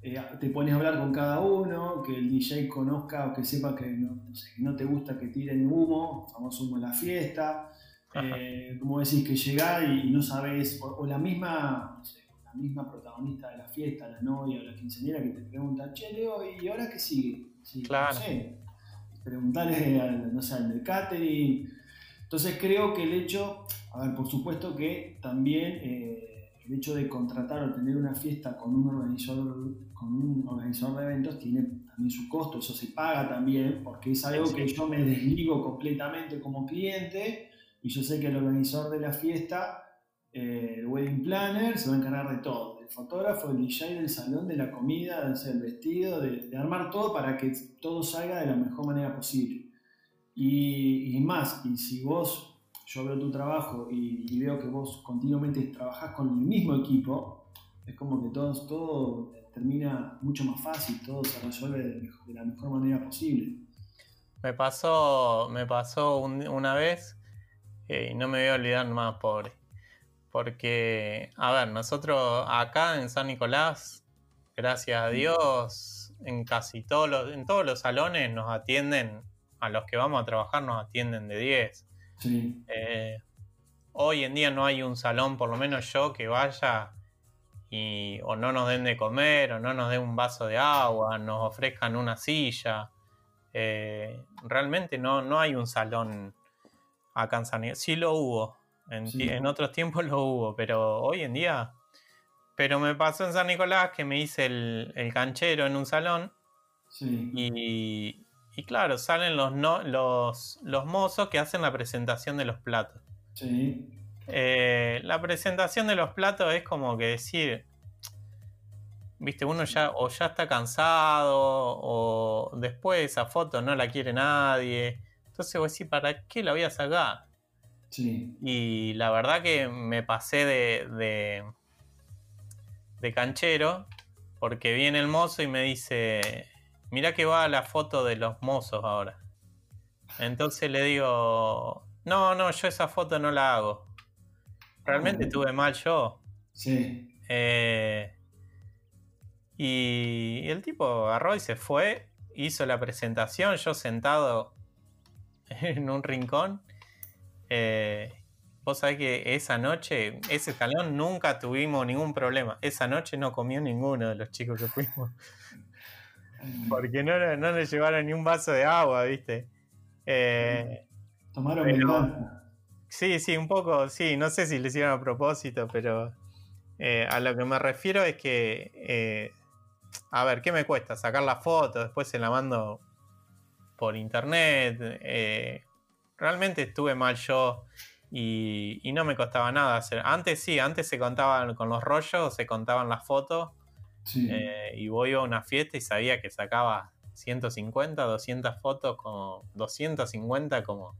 [SPEAKER 1] eh, te pones a hablar con cada uno, que el D J conozca o que sepa que no, no sé, que no te gusta que tiren humo, famoso humo en la fiesta. Eh, como decís, que llegás y, y no sabes, o, o la misma, no sé, la misma protagonista de la fiesta, la novia o la quinceañera que te pregunta, che, Leo, ¿y ahora qué sigue? Sí,
[SPEAKER 2] Claro.
[SPEAKER 1] no sé, preguntarle al, no sé, al del catering. Entonces creo que el hecho, a ver, por supuesto que también eh, el hecho de contratar o tener una fiesta con un organizador, con un organizador de eventos tiene también su costo, eso se paga también, porque es algo
[SPEAKER 2] Sí,
[SPEAKER 1] que
[SPEAKER 2] sí.
[SPEAKER 1] yo me desligo completamente como cliente y yo sé que el organizador de la fiesta, eh, el wedding planner, se va a encargar de todo, del fotógrafo, del D J, del salón, de la comida, del vestido, de, de armar todo para que todo salga de la mejor manera posible. Y, y más, y si vos, yo veo tu trabajo y, y veo que vos continuamente trabajás con el mismo equipo, es como que todo, todo termina mucho más fácil, todo se resuelve de, de la mejor manera posible.
[SPEAKER 2] Me pasó, me pasó un- una vez eh, y no me voy a olvidar más, pobre. Porque, a ver, nosotros acá en San Nicolás, gracias a Dios, en casi todos los, en todos los salones nos atienden, a los que vamos a trabajar nos atienden de diez.
[SPEAKER 1] Sí,
[SPEAKER 2] Eh, hoy en día no hay un salón, por lo menos yo, que vaya y o no nos den de comer, o no nos den un vaso de agua, nos ofrezcan una silla. Eh, realmente no, no hay un salón acá en San Nicolás. Sí lo hubo, en, ti-
[SPEAKER 1] sí,
[SPEAKER 2] en otros tiempos lo hubo, pero hoy en día... Pero me pasó en San Nicolás que me hice el, el canchero en un salón
[SPEAKER 1] sí,
[SPEAKER 2] y, y claro, salen los, no, los, los mozos que hacen la presentación de los platos.
[SPEAKER 1] sí,
[SPEAKER 2] Eh, la presentación de los platos es como que decir, viste, uno ya o ya está cansado o después esa foto no la quiere nadie. Entonces vos decís, ¿para qué la voy a sacar?
[SPEAKER 1] sí.
[SPEAKER 2] Y la verdad que me pasé de, de, de canchero porque viene el mozo y me dice, mirá que va la foto de los mozos ahora. Entonces le digo, no, no, yo esa foto no la hago.
[SPEAKER 1] Ah,
[SPEAKER 2] Realmente
[SPEAKER 1] bueno.
[SPEAKER 2] estuve mal yo.
[SPEAKER 1] Sí,
[SPEAKER 2] Eh, y, y el tipo agarró y se fue, hizo la presentación, yo sentado en un rincón. Eh, vos sabés que esa noche, ese escalón, nunca tuvimos ningún problema. Esa noche no comió ninguno de los chicos que fuimos. Porque no, no le llevaron ni un vaso de agua, ¿viste? Eh,
[SPEAKER 1] tomaron
[SPEAKER 2] pero
[SPEAKER 1] venganza.
[SPEAKER 2] sí, sí, un poco, sí, no sé si lo hicieron a propósito, pero eh, a lo que me refiero es que, eh, a ver, ¿qué me cuesta? Sacar la foto, después se la mando por internet. Eh, realmente estuve mal yo y, y no me costaba nada hacer. Antes sí, antes se contaban con los rollos, se contaban las fotos.
[SPEAKER 1] Sí.
[SPEAKER 2] Eh, y voy a una fiesta y sabía que sacaba ciento cincuenta, doscientas fotos, como doscientas cincuenta, como,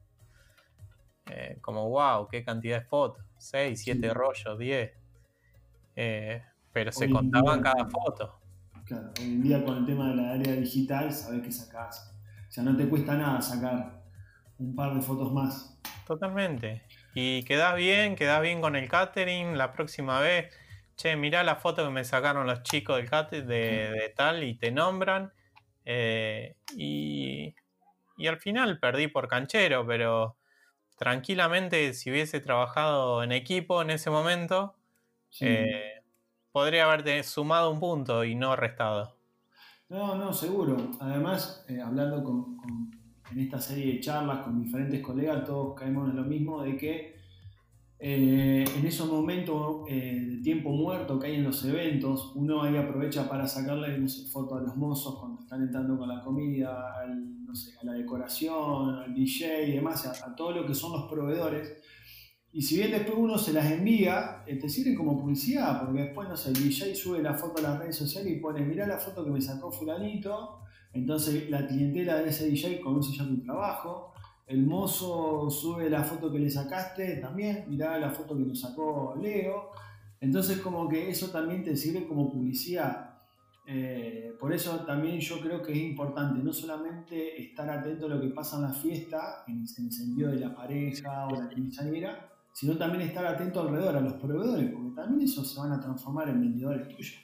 [SPEAKER 2] eh, como wow, qué cantidad de fotos, seis, siete
[SPEAKER 1] Sí.
[SPEAKER 2] rollos, diez, eh, pero se
[SPEAKER 1] Hoy en
[SPEAKER 2] contaban
[SPEAKER 1] día,
[SPEAKER 2] cada foto.
[SPEAKER 1] claro, hoy en día con el tema de la área digital, sabes que sacás. O sea, no te cuesta nada sacar un par de fotos más.
[SPEAKER 2] Totalmente. Y quedás bien, quedás bien con el catering. La próxima vez, che, mirá la foto que me sacaron los chicos del catering de,
[SPEAKER 1] Claro.
[SPEAKER 2] de tal y te nombran. Eh, y, y al final perdí por canchero, pero tranquilamente si hubiese trabajado en equipo en ese momento, eh,
[SPEAKER 1] Sí.
[SPEAKER 2] podría haberte sumado un punto y no restado.
[SPEAKER 1] No, no, seguro. Además, eh, hablando con, con- en esta serie de charlas con diferentes colegas, todos caemos en lo mismo de que Eh, en esos momentos eh, de tiempo muerto que hay en los eventos, uno ahí aprovecha para sacarle, no sé, fotos a los mozos cuando están entrando con la comida, al, no sé, a la decoración, al D J y demás, a, a todo lo que son los proveedores. Y si bien después uno se las envía, eh, te sirven como publicidad, porque después, no sé, el D J sube la foto a las redes sociales y pone, mirá la foto que me sacó fulanito, entonces la clientela de ese D J conoce ya tu trabajo. El mozo sube la foto que le sacaste también, mirá la foto que nos sacó Leo. Entonces como que eso también te sirve como publicidad. Eh, por eso también yo creo que es importante no solamente estar atento a lo que pasa en la fiesta, en, en el sentido de la pareja o la quinceañera, sino también estar atento alrededor a los proveedores, porque también esos se van a transformar en vendedores tuyos.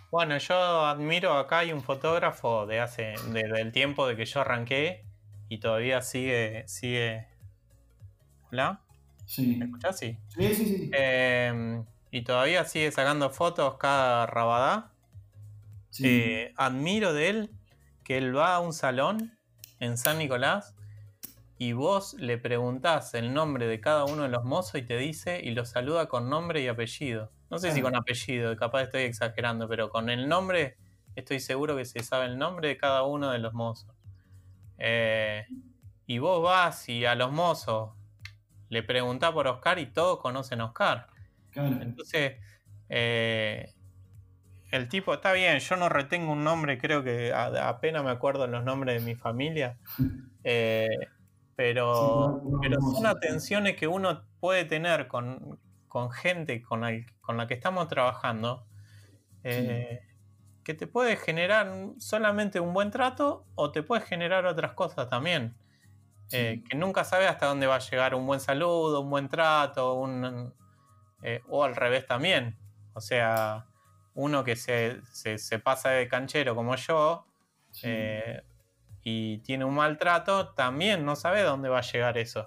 [SPEAKER 2] Bueno, yo admiro, acá hay un fotógrafo de hace, de- del tiempo de que yo arranqué y todavía sigue, sigue, ¿hola? ¿Me
[SPEAKER 1] Sí.
[SPEAKER 2] escuchás? Sí.
[SPEAKER 1] Sí, sí, sí.
[SPEAKER 2] Eh, y todavía sigue sacando fotos cada rabadá.
[SPEAKER 1] Sí.
[SPEAKER 2] Eh, admiro de él que él va a un salón en San Nicolás y vos le preguntás el nombre de cada uno de los mozos y te dice y los saluda con nombre y apellido. No sé si con
[SPEAKER 1] Claro,
[SPEAKER 2] apellido, capaz estoy exagerando, pero con el nombre estoy seguro que se sabe el nombre de cada uno de los mozos. Eh, y vos vas y a los mozos le preguntás por Oscar y todos conocen a Oscar.
[SPEAKER 1] claro.
[SPEAKER 2] Entonces, eh, el tipo está bien, yo no retengo un nombre, creo que a- apenas me acuerdo los nombres de mi familia. Eh,
[SPEAKER 1] Sí,
[SPEAKER 2] pero,
[SPEAKER 1] pero pero
[SPEAKER 2] pero son
[SPEAKER 1] hermoso.
[SPEAKER 2] atenciones que uno puede tener con, con gente con la, con la que estamos trabajando,
[SPEAKER 1] Sí,
[SPEAKER 2] eh, que te puede generar solamente un buen trato o te puede generar otras cosas también. Eh,
[SPEAKER 1] sí,
[SPEAKER 2] que nunca sabes hasta dónde va a llegar un buen saludo, un buen trato, un, eh, o al revés también. O sea, uno que se, se, se pasa de canchero como yo,
[SPEAKER 1] sí.
[SPEAKER 2] eh, y tiene un maltrato, también no sabe dónde va a llegar eso.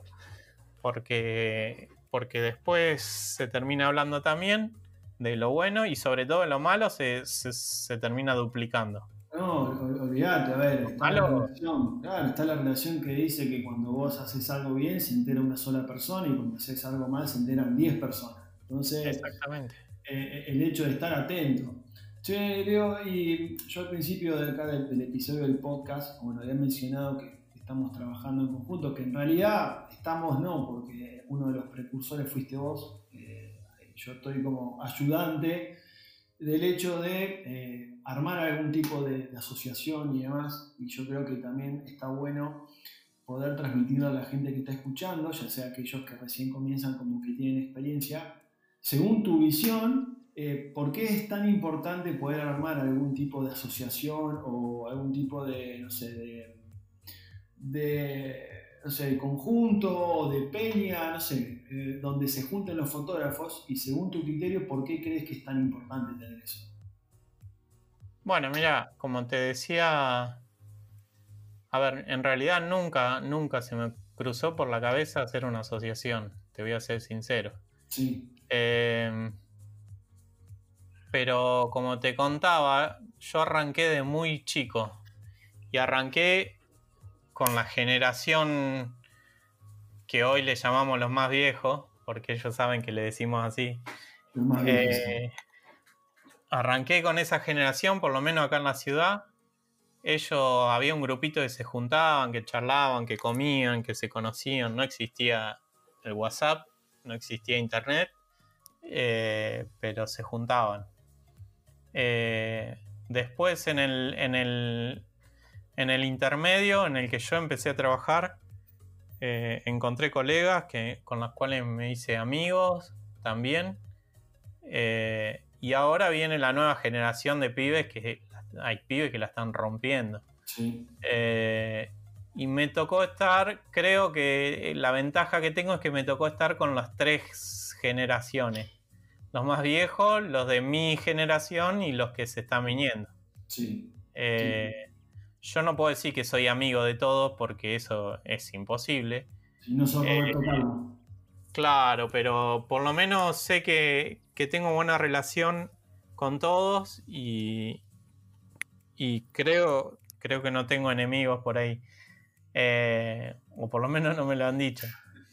[SPEAKER 2] Porque, porque después se termina hablando también de lo bueno y sobre todo de lo malo se, se, se termina duplicando.
[SPEAKER 1] No, ol- olvídate, a ver,
[SPEAKER 2] Lo
[SPEAKER 1] está la
[SPEAKER 2] malo,
[SPEAKER 1] relación, claro, está la relación que dice que cuando vos haces algo bien se entera una sola persona y cuando haces algo mal se enteran diez personas. Entonces,
[SPEAKER 2] exactamente.
[SPEAKER 1] eh, el hecho de estar atento. Che, Leo, y yo al principio de acá del, del episodio del podcast, bueno, había mencionado que estamos trabajando en conjunto, que en realidad estamos no, porque uno de los precursores fuiste vos, eh, yo estoy como ayudante del hecho de eh, armar algún tipo de, de asociación y demás, y yo creo que también está bueno poder transmitirlo a la gente que está escuchando, ya sea aquellos que recién comienzan como que tienen experiencia, según tu visión, eh, ¿por qué es tan importante poder armar algún tipo de asociación o algún tipo de, no sé, de, de no sé, de conjunto o de peña, no sé, eh, donde se junten los fotógrafos y según tu criterio, ¿por qué crees que es tan importante tener eso?
[SPEAKER 2] Bueno, mira, como te decía, a ver, en realidad nunca, nunca se me cruzó por la cabeza hacer una asociación, te voy a ser sincero.
[SPEAKER 1] Sí,
[SPEAKER 2] Eh, pero como te contaba, yo arranqué de muy chico y arranqué con la generación que hoy le llamamos los más viejos, porque ellos saben que le decimos así.
[SPEAKER 1] los más viejos, sí.
[SPEAKER 2] Eh, arranqué con esa generación, por lo menos acá en la ciudad. Ellos, había un grupito que se juntaban, que charlaban, que comían, que se conocían. No existía el WhatsApp, no existía internet, eh, pero se juntaban. Eh, después en el, en, el, en el intermedio en el que yo empecé a trabajar, eh, encontré colegas que, con los cuales me hice amigos también. Eh, y ahora viene la nueva generación de pibes que hay pibes que la están rompiendo.
[SPEAKER 1] Sí,
[SPEAKER 2] Eh, y me tocó estar, creo que la ventaja que tengo es que me tocó estar con las tres generaciones. Los más viejos, los de mi generación y los que se están viniendo.
[SPEAKER 1] sí,
[SPEAKER 2] Eh,
[SPEAKER 1] sí.
[SPEAKER 2] yo no puedo decir que soy amigo de todos porque eso es imposible.
[SPEAKER 1] Si no sos
[SPEAKER 2] Eh,
[SPEAKER 1] Roberto Carlos.
[SPEAKER 2] claro, pero por lo menos sé que, que tengo buena relación con todos y, y creo, creo que no tengo enemigos por ahí. Eh, o por lo menos no me lo han dicho.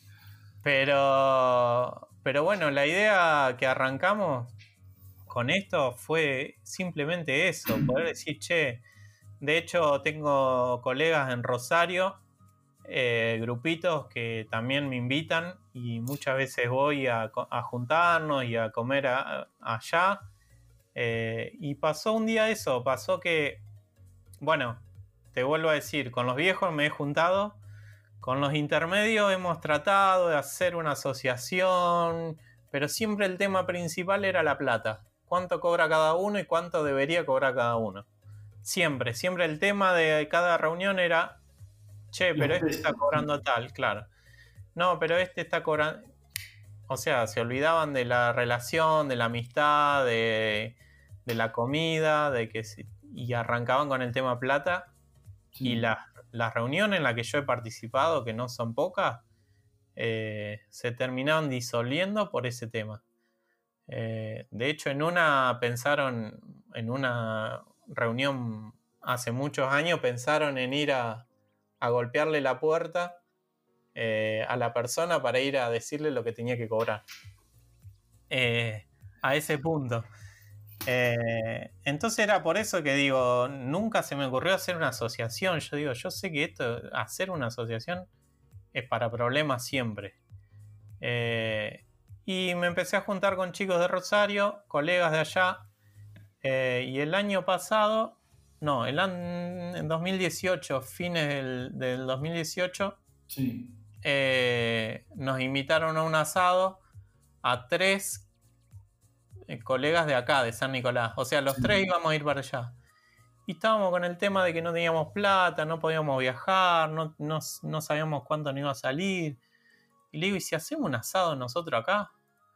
[SPEAKER 2] Pero, pero bueno, la idea que arrancamos con esto fue simplemente eso, poder decir, che, de hecho tengo colegas en Rosario, eh, grupitos que también me invitan y muchas veces voy a, a juntarnos y a comer a, a allá. Eh, y pasó un día eso, pasó que, bueno, te vuelvo a decir, con los viejos me he juntado, con los intermedios hemos tratado de hacer una asociación, pero siempre el tema principal era la plata. ¿Cuánto cobra cada uno y cuánto debería cobrar cada uno? Siempre, siempre el tema de cada reunión era, che, pero
[SPEAKER 1] Los
[SPEAKER 2] este está
[SPEAKER 1] precios.
[SPEAKER 2] cobrando tal, claro. No, pero este está cobrando... O sea, se olvidaban de la relación, de la amistad, de, de la comida, de que si, y arrancaban con el tema plata. Sí. Y las la reuniones en las que yo he participado, que no son pocas, eh, se terminaban disolviendo por ese tema. Eh, de hecho, en una pensaron, en una reunión hace muchos años, pensaron en ir a, a golpearle la puerta eh, a la persona para ir a decirle lo que tenía que cobrar. Eh, a ese punto. Eh, entonces era por eso que digo, nunca se me ocurrió hacer una asociación. Yo digo, yo sé que esto, hacer una asociación es para problemas siempre. Eh, y me empecé a juntar con chicos de Rosario, colegas de allá, eh, y el año pasado, no, el an, en dos mil dieciocho, fines del, del dos mil dieciocho,
[SPEAKER 1] sí.
[SPEAKER 2] eh, nos invitaron a un asado a tres colegas de acá, de San Nicolás. O sea, los sí. tres íbamos a ir para allá. Y estábamos con el tema de que no teníamos plata, no podíamos viajar, no, no, no sabíamos cuánto nos iba a salir. Y le digo, ¿y si hacemos un asado nosotros acá?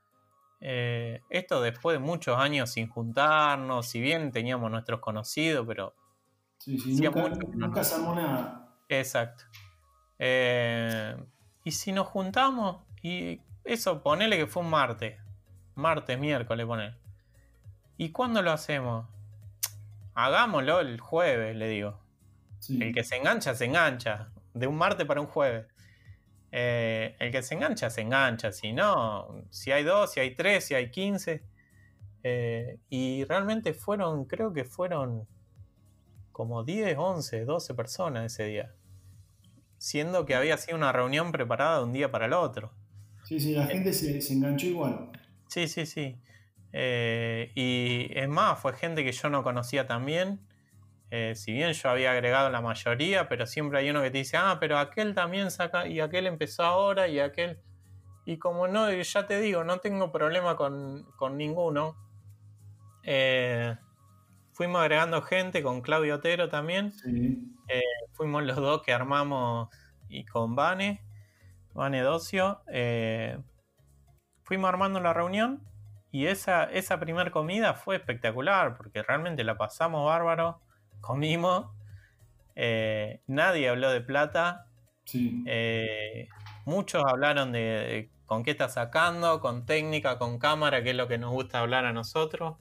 [SPEAKER 2] Eh, esto después de muchos años sin juntarnos, si bien teníamos nuestros conocidos, pero...
[SPEAKER 1] Sí, sí, nunca, nunca hacemos nada.
[SPEAKER 2] Exacto. Eh, y si nos juntamos, y eso ponele que fue un martes. Martes, miércoles, poner. ¿Y cuándo lo hacemos? Hagámoslo el jueves, le digo. Sí. El que se engancha, se engancha. De un martes para un jueves. Eh, el que se engancha, se engancha. Si no, si hay dos, si hay tres, si hay quince. Eh, y realmente fueron, creo que fueron como diez, once, doce personas ese día. Siendo que había sido una reunión preparada de un día para el otro.
[SPEAKER 1] Sí, sí, la gente eh, se, se enganchó igual.
[SPEAKER 2] Sí, sí, sí. Eh, y es más, fue gente que yo no conocía también. Eh, si bien yo había agregado la mayoría, pero siempre hay uno que te dice, ah, pero aquel también saca, y aquel empezó ahora, y aquel... Y como no, ya te digo, no tengo problema con, con ninguno. Eh, fuimos agregando gente, con Claudio Otero también.
[SPEAKER 1] Sí.
[SPEAKER 2] Eh, fuimos los dos que armamos, y con Vane, Vane Docio. Eh, fuimos armando la reunión. Y esa, esa primer comida fue espectacular, porque realmente la pasamos bárbaro, comimos, eh, nadie habló de plata,
[SPEAKER 1] sí.
[SPEAKER 2] eh, muchos hablaron de, de con qué está sacando, con técnica, con cámara, que es lo que nos gusta hablar a nosotros.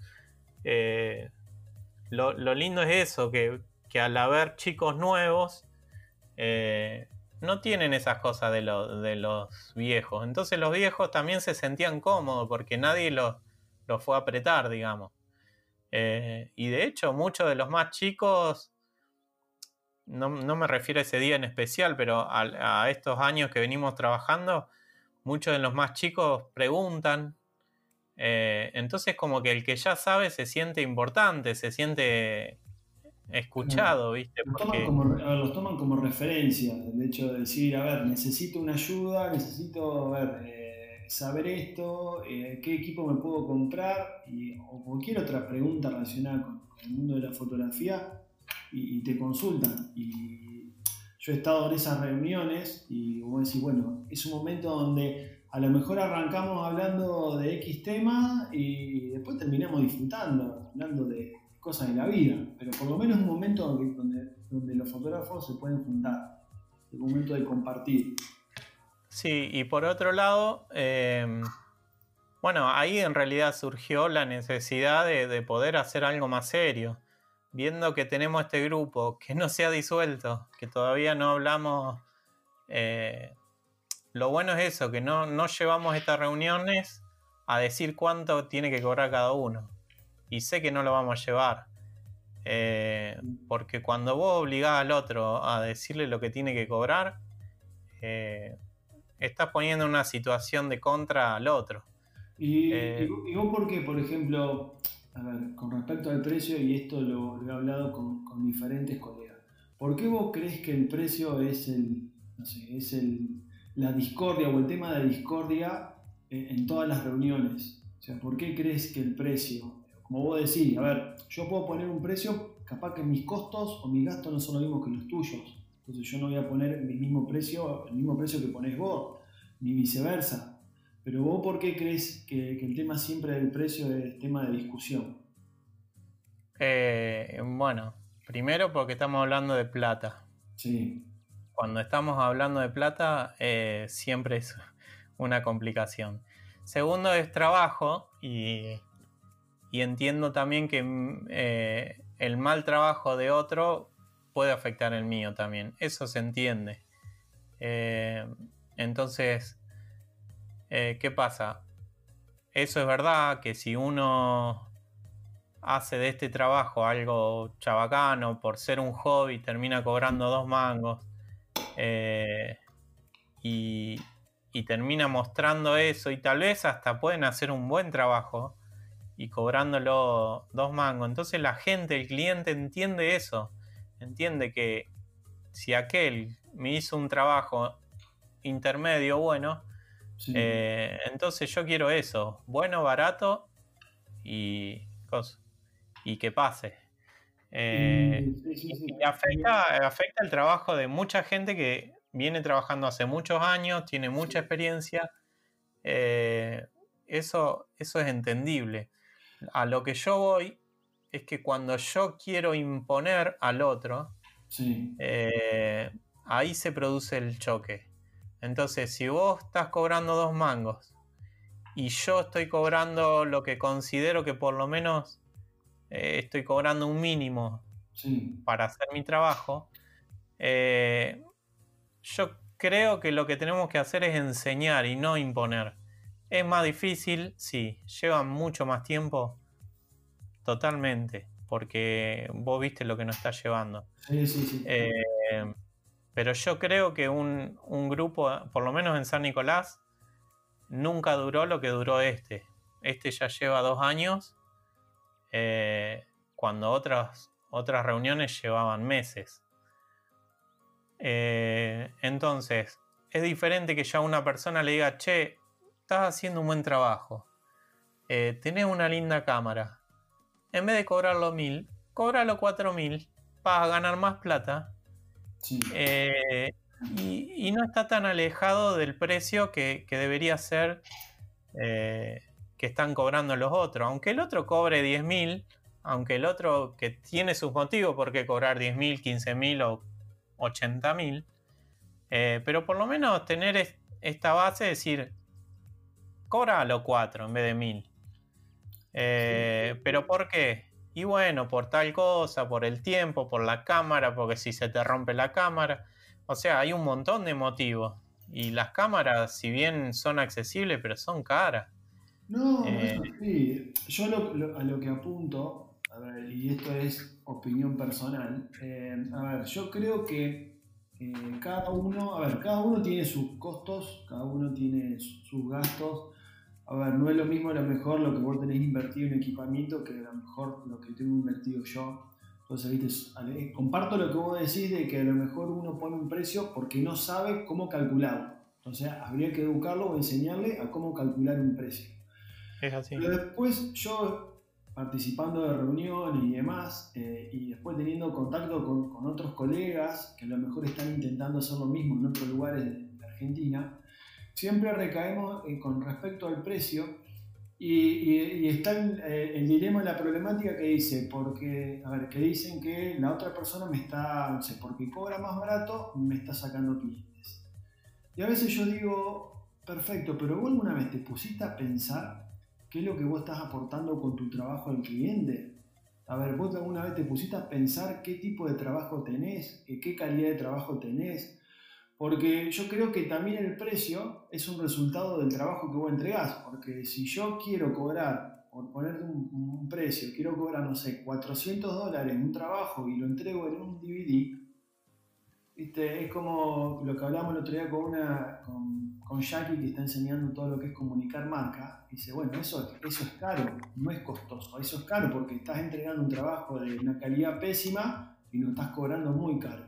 [SPEAKER 2] Eh, lo, lo lindo es eso, que, que al haber chicos nuevos, eh, no tienen esas cosas de, lo, de los viejos. Entonces los viejos también se sentían cómodos porque nadie los, los fue a apretar, digamos. Eh, y de hecho muchos de los más chicos, no, no me refiero a ese día en especial, pero a, a estos años que venimos trabajando, muchos de los más chicos preguntan. Eh, entonces como que el que ya sabe se siente importante, se siente... escuchado, ¿viste?
[SPEAKER 1] Los,
[SPEAKER 2] Porque...
[SPEAKER 1] toman como, a ver, los toman como referencia, el hecho de decir, a ver, necesito una ayuda, necesito, a ver, eh, saber esto, eh, qué equipo me puedo comprar, y, o cualquier otra pregunta relacionada con el mundo de la fotografía, y, y te consultan. Y yo he estado en esas reuniones, y vos decís, bueno, es un momento donde a lo mejor arrancamos hablando de X tema, y después terminamos disfrutando, hablando de cosas de la vida, pero por lo menos un momento donde, donde, donde los fotógrafos se pueden juntar, un momento de compartir.
[SPEAKER 2] Sí, y por otro lado, eh, bueno, ahí en realidad surgió la necesidad de, de poder hacer algo más serio, viendo que tenemos este grupo que no se ha disuelto, que todavía no hablamos. Eh, lo bueno es eso, que no, no llevamos estas reuniones a decir cuánto tiene que cobrar cada uno. Y sé que no lo vamos a llevar. Eh, porque cuando vos obligás al otro a decirle lo que tiene que cobrar, eh, estás poniendo en una situación de contra al otro.
[SPEAKER 1] ¿Y, eh, y vos por qué, por ejemplo, a ver, con respecto al precio, y esto lo, lo he hablado con, con diferentes colegas, ¿por qué vos crees que el precio es el, no sé, es el, la discordia o el tema de discordia en, en todas las reuniones? O sea, ¿por qué crees que el precio... Como vos decís, a ver, yo puedo poner un precio, capaz que mis costos o mis gastos no son los mismos que los tuyos. Entonces yo no voy a poner mi mismo precio, el mismo precio que ponés vos, ni viceversa. Pero vos, ¿por qué crees que, que el tema siempre del precio es tema de discusión?
[SPEAKER 2] Eh, bueno, primero porque estamos hablando de plata.
[SPEAKER 1] Sí.
[SPEAKER 2] Cuando estamos hablando de plata, eh, siempre es una complicación. Segundo es trabajo y, y entiendo también que mm, eh, el mal trabajo de otro puede afectar el mío también. Eso se entiende. Eh, entonces, eh, ¿qué pasa? Eso es verdad que si uno hace de este trabajo algo chabacano por ser un hobby, termina cobrando dos mangos eh, y, y termina mostrando eso y tal vez hasta pueden hacer un buen trabajo y cobrándolo dos mangos. Entonces la gente, el cliente entiende eso, entiende que si aquel me hizo un trabajo intermedio bueno,
[SPEAKER 1] Sí.
[SPEAKER 2] eh, entonces yo quiero eso, bueno, barato y, y que pase. Eh,
[SPEAKER 1] Y, sí, sí,
[SPEAKER 2] y
[SPEAKER 1] sí.
[SPEAKER 2] afecta, afecta el trabajo de mucha gente que viene trabajando hace muchos años, tiene mucha
[SPEAKER 1] Sí.
[SPEAKER 2] experiencia. Eh, eso, eso es entendible. A lo que yo voy es que cuando yo quiero imponer al otro,
[SPEAKER 1] Sí.
[SPEAKER 2] eh, ahí se produce el choque. Entonces, si vos estás cobrando dos mangos y yo estoy cobrando lo que considero que por lo menos eh, estoy cobrando un mínimo
[SPEAKER 1] Sí.
[SPEAKER 2] para hacer mi trabajo, eh, yo creo que lo que tenemos que hacer es enseñar y no imponer. Es más difícil, sí, lleva mucho más tiempo, totalmente, porque vos viste lo que nos está llevando.
[SPEAKER 1] Sí, sí, sí.
[SPEAKER 2] Eh, pero yo creo que un, un grupo, por lo menos en San Nicolás, nunca duró lo que duró este. Este ya lleva dos años, eh, cuando otras, otras reuniones llevaban meses. Eh, entonces, es diferente que ya una persona le diga, che, estás haciendo un buen trabajo, eh, tenés una linda cámara. En vez de cobrarlo mil, cóbralo cuatro mil, vas a ganar más plata.
[SPEAKER 1] Sí.
[SPEAKER 2] Eh, y, y no está tan alejado del precio que, que debería ser eh, que están cobrando los otros. Aunque el otro cobre diez mil, aunque el otro que tiene sus motivos por qué cobrar diez mil, quince mil o ochenta mil, eh, pero por lo menos tener es, esta base, decir, cóbralo cuatro en vez de mil. Eh, ¿Pero por qué? Y bueno, por tal cosa, por el tiempo, por la cámara, porque si se te rompe la cámara. O sea, hay un montón de motivos. Y las cámaras, si bien son accesibles, pero son caras.
[SPEAKER 1] No,
[SPEAKER 2] Eh,
[SPEAKER 1] eso sí. Yo lo- lo- a lo que apunto, a ver, y esto es opinión personal, eh, a ver, yo creo que eh, cada uno, a ver, cada uno tiene sus costos, cada uno tiene su- sus gastos. A ver, no es lo mismo a lo mejor lo que vos tenés invertido en equipamiento que a lo mejor lo que tengo invertido yo. Entonces, viste, es- ale- comparto lo que vos decís de que a lo mejor uno pone un precio porque no sabe cómo calcularlo. Entonces, habría que educarlo o enseñarle a cómo calcular un precio.
[SPEAKER 2] es así.
[SPEAKER 1] Pero después yo, participando de reuniones y demás, eh, y después teniendo contacto con, con otros colegas que a lo mejor están intentando hacer lo mismo en otros lugares de, de Argentina, siempre recaemos eh, con respecto al precio y, y, y está el, eh, el dilema de la problemática que dice, porque, a ver, que dicen que la otra persona me está, no sé, porque cobra más barato, me está sacando clientes. Y a veces yo digo, perfecto, pero vos alguna vez te pusiste a pensar qué es lo que vos estás aportando con tu trabajo al cliente. A ver, vos alguna vez te pusiste a pensar qué tipo de trabajo tenés, qué calidad de trabajo tenés, porque yo creo que también el precio es un resultado del trabajo que vos entregás, porque si yo quiero cobrar, por ponerte un, un precio, quiero cobrar, no sé, cuatrocientos dólares en un trabajo y lo entrego en un D V D, ¿viste? Es como lo que hablamos el otro día con, una, con, con Jackie que está enseñando todo lo que es comunicar marca. Dice, bueno, eso, eso es caro, no es costoso, eso es caro porque estás entregando un trabajo de una calidad pésima y lo estás cobrando muy caro.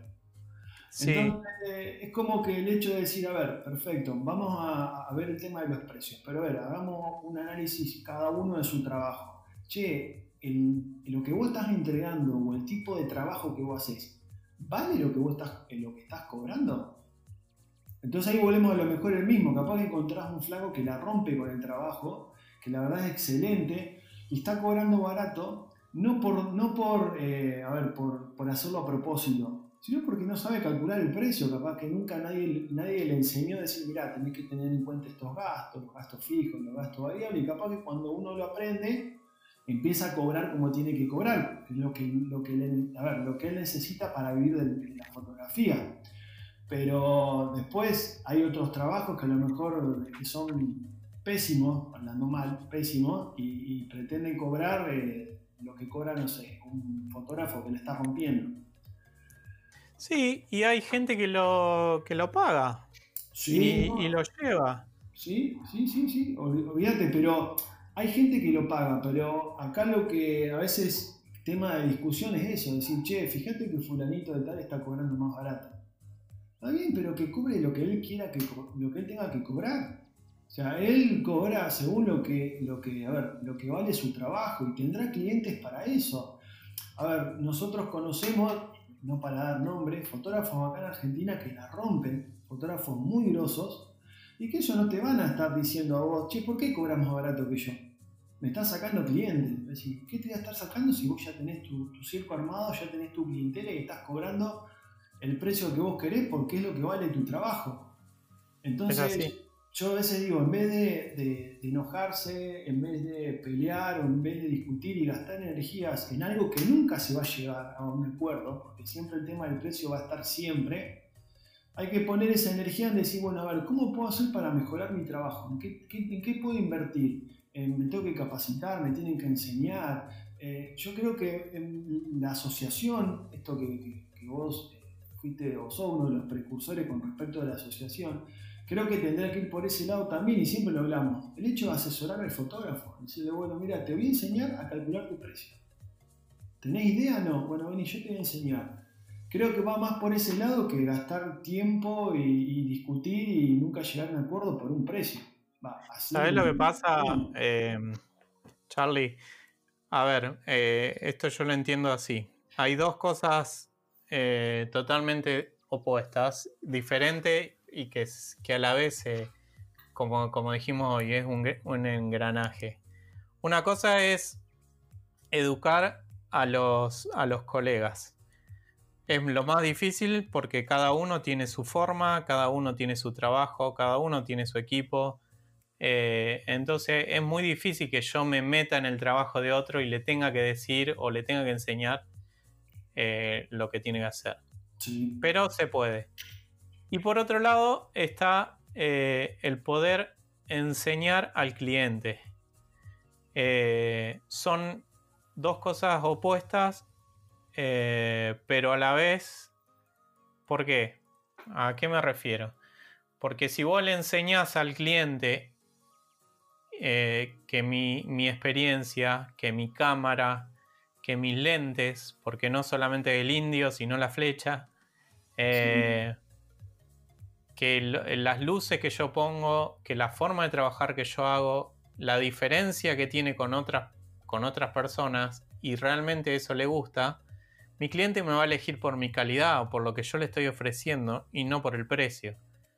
[SPEAKER 2] Sí,
[SPEAKER 1] Entonces, eh, es como que el hecho de decir, a ver, perfecto, vamos a, a ver el tema de los precios, pero a ver, hagamos un análisis cada uno de su trabajo. Che, el- lo que vos estás entregando o el tipo de trabajo que vos haces, ¿vale lo que vos estás, lo que estás cobrando? Entonces ahí volvemos a lo mejor el mismo, capaz que encontrás un flaco que la rompe con el trabajo, que la verdad es excelente y está cobrando barato, no por, no por, eh, a ver, por, por hacerlo a propósito, sino porque no sabe calcular el precio, capaz que nunca nadie, nadie le enseñó a decir, mirá, tenés que tener en cuenta estos gastos, los gastos fijos, los gastos variables, y capaz que cuando uno lo aprende, empieza a cobrar como tiene que cobrar, lo que, lo que, le, a ver, lo que él necesita para vivir de, de la fotografía. Pero después hay otros trabajos que a lo mejor que son pésimos, hablando mal, pésimos, y, y pretenden cobrar eh, lo que cobra, no sé, un fotógrafo que le está rompiendo.
[SPEAKER 2] Sí, y hay gente que lo, que lo paga
[SPEAKER 1] Sí,
[SPEAKER 2] y,
[SPEAKER 1] no,
[SPEAKER 2] y lo lleva.
[SPEAKER 1] sí, sí, sí, sí, olvídate, pero hay gente que lo paga, pero acá lo que a veces tema de discusión es eso, decir, che, fíjate que fulanito de tal está cobrando más barato. Está bien, pero que cobre lo que él quiera, que lo que él tenga que cobrar. O sea, él cobra según lo que, lo que, a ver, lo que vale su trabajo y tendrá clientes para eso. A ver, nosotros conocemos, no para dar nombres, fotógrafos acá en Argentina que la rompen, fotógrafos muy grosos, y que ellos no te van a estar diciendo a vos, che, ¿por qué cobras más barato que yo? Me estás sacando clientes. Es decir, ¿qué te voy a estar sacando si vos ya tenés tu, tu circo armado, ya tenés tu clientela y estás cobrando el precio que vos querés porque es lo que vale tu trabajo? Entonces, yo a veces digo, en vez de, de, de enojarse, en vez de pelear o en vez de discutir y gastar energías en algo que nunca se va a llegar a un acuerdo, porque siempre el tema del precio va a estar siempre, hay que poner esa energía en decir, bueno, a ver, ¿cómo puedo hacer para mejorar mi trabajo? ¿En qué, qué, en qué puedo invertir? Eh, ¿Me tengo que capacitar? ¿Me tienen que enseñar? Eh, yo creo que en la asociación, esto que, que, que vos fuiste o sos uno de los precursores con respecto a la asociación, creo que tendrá que ir por ese lado también, y siempre lo hablamos. El hecho de asesorar al fotógrafo, decirle, bueno, mira, te voy a enseñar a calcular tu precio. ¿Tenés idea? No. Bueno, vení, yo te voy a enseñar. Creo que va más por ese lado que gastar tiempo y, y discutir y nunca llegar a un acuerdo por un precio. Va, así.
[SPEAKER 2] ¿Sabés lo que pasa, eh, Charlie? A ver, eh, esto yo lo entiendo así. Hay dos cosas eh, totalmente opuestas, diferentes y que, que a la vez, eh, como, como dijimos hoy, es un, un engranaje. Una cosa es educar a los, a los colegas. Es lo más difícil porque cada uno tiene su forma, cada uno tiene su trabajo, cada uno tiene su equipo. Eh, entonces es muy difícil que yo me meta en el trabajo de otro y le tenga que decir o le tenga que enseñar eh, lo que tiene que hacer.
[SPEAKER 1] Sí.
[SPEAKER 2] Pero se puede. Y por otro lado está eh, el poder enseñar al cliente. Eh, son dos cosas opuestas, eh, pero a la vez, ¿por qué? ¿A qué me refiero? Porque si vos le enseñás al cliente eh, que mi, mi experiencia, que mi cámara, que mis lentes, porque no solamente el indio, sino la flecha, eh, sí. que l- las luces que yo pongo, que la forma de trabajar que yo hago, la diferencia que tiene con otras, con otras personas, y realmente eso le gusta, mi cliente me va a elegir por mi calidad o por lo que yo le estoy ofreciendo y no por el precio.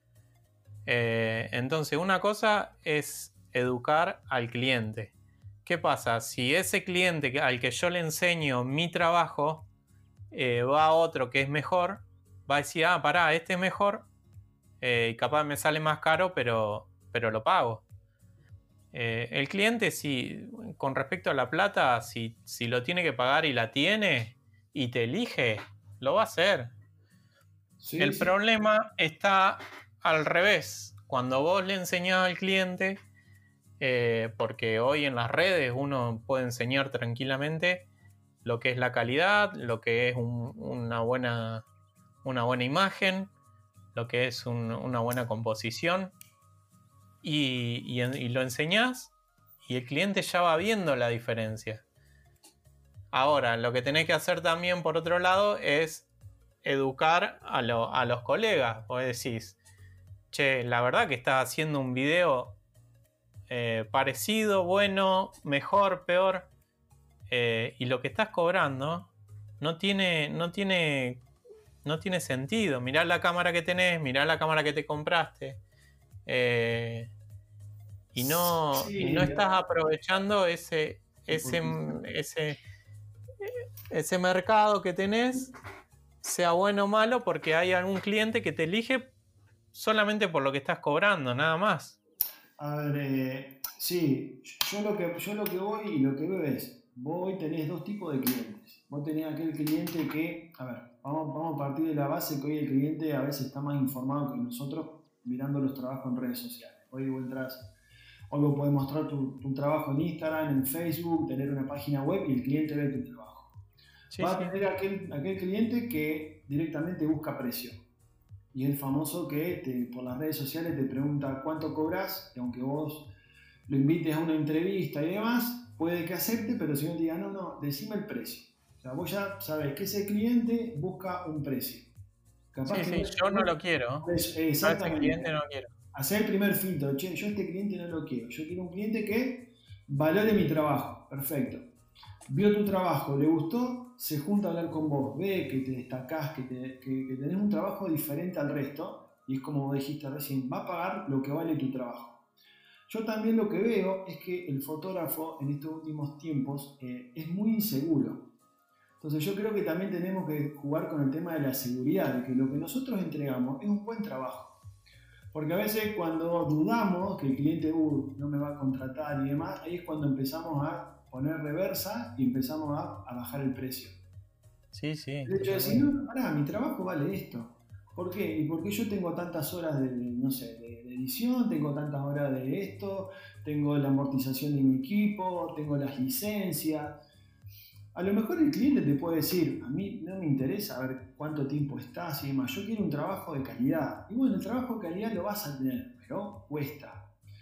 [SPEAKER 2] Eh, entonces, una cosa es educar al cliente. ¿Qué pasa? Si ese cliente al que yo le enseño mi trabajo eh, va a otro que es mejor, va a decir, ah, pará, este es mejor eh, y capaz me sale más caro, pero, pero lo pago. Eh, el cliente, si, con respecto a la plata, si, si lo tiene que pagar y la tiene y te elige, lo va a hacer. Sí, el sí. problema está al revés. Cuando vos le enseñás al cliente, eh, porque hoy en las redes uno puede enseñar tranquilamente lo que es la calidad, lo que es un, una, buena, una buena imagen, lo que es un, una buena composición, y, y, y lo enseñás y el cliente ya va viendo la diferencia. Ahora, lo que tenés que hacer también por otro lado es educar a, lo, a los colegas. Vos decís, che, la verdad que estás haciendo un video eh, parecido, bueno, mejor, peor, eh, y lo que estás cobrando no tiene, no tiene, no tiene sentido. Mirá la cámara que tenés, mirá la cámara que te compraste, eh, y no, sí, y no estás aprovechando ese, ese, ese ese mercado que tenés sea bueno o malo, porque hay algún cliente que te elige solamente por lo que estás cobrando, nada más.
[SPEAKER 1] A ver, eh, sí, yo lo, que, yo lo que voy y lo que veo es, vos hoy tenés dos tipos de clientes. Vos tenés aquel cliente que, a ver, vamos, vamos a partir de la base que hoy el cliente a veces está más informado que nosotros mirando los trabajos en redes sociales. Hoy vos entras, hoy vos podés mostrar tu, tu trabajo en Instagram, en Facebook, tener una página web y el cliente ve tu trabajo.
[SPEAKER 2] Sí,
[SPEAKER 1] Va
[SPEAKER 2] sí.
[SPEAKER 1] a tener aquel, aquel cliente que directamente busca precio. Y el famoso que te, por las redes sociales te pregunta cuánto cobras, y aunque vos lo invites a una entrevista y demás, puede que acepte, pero si no te diga, no, no, decime el precio. O sea, vos ya sabés que ese cliente busca un precio.
[SPEAKER 2] Capaz sí,
[SPEAKER 1] que
[SPEAKER 2] sí, yo no lo quiero.
[SPEAKER 1] Exactamente.
[SPEAKER 2] A ese cliente no lo quiero.
[SPEAKER 1] Hacer el primer filtro, che, yo a este cliente no lo quiero. Yo quiero un cliente que valore mi trabajo. Perfecto. Vio tu trabajo, le gustó, se junta a hablar con vos, ve que te destacás, que, te, que, que tenés un trabajo diferente al resto, y es como vos dijiste recién, va a pagar lo que vale tu trabajo. Yo también lo que veo es que el fotógrafo en estos últimos tiempos eh, es muy inseguro. Entonces yo creo que también tenemos que jugar con el tema de la seguridad, de que lo que nosotros entregamos es un buen trabajo. Porque a veces cuando dudamos que el cliente uh, no me va a contratar y demás, ahí es cuando empezamos a poner reversa y empezamos a, a bajar el precio.
[SPEAKER 2] Sí, sí.
[SPEAKER 1] El hecho de decir, no, pará, mi trabajo vale esto. ¿Por qué? ¿Y por qué yo tengo tantas horas de, de no sé, de, de edición, tengo tantas horas de esto, tengo la amortización de mi equipo, tengo las licencias? A lo mejor el cliente te puede decir, a mí no me interesa ver cuánto tiempo estás y demás, yo quiero un trabajo de calidad. Y bueno, el trabajo de calidad lo vas a tener, pero cuesta.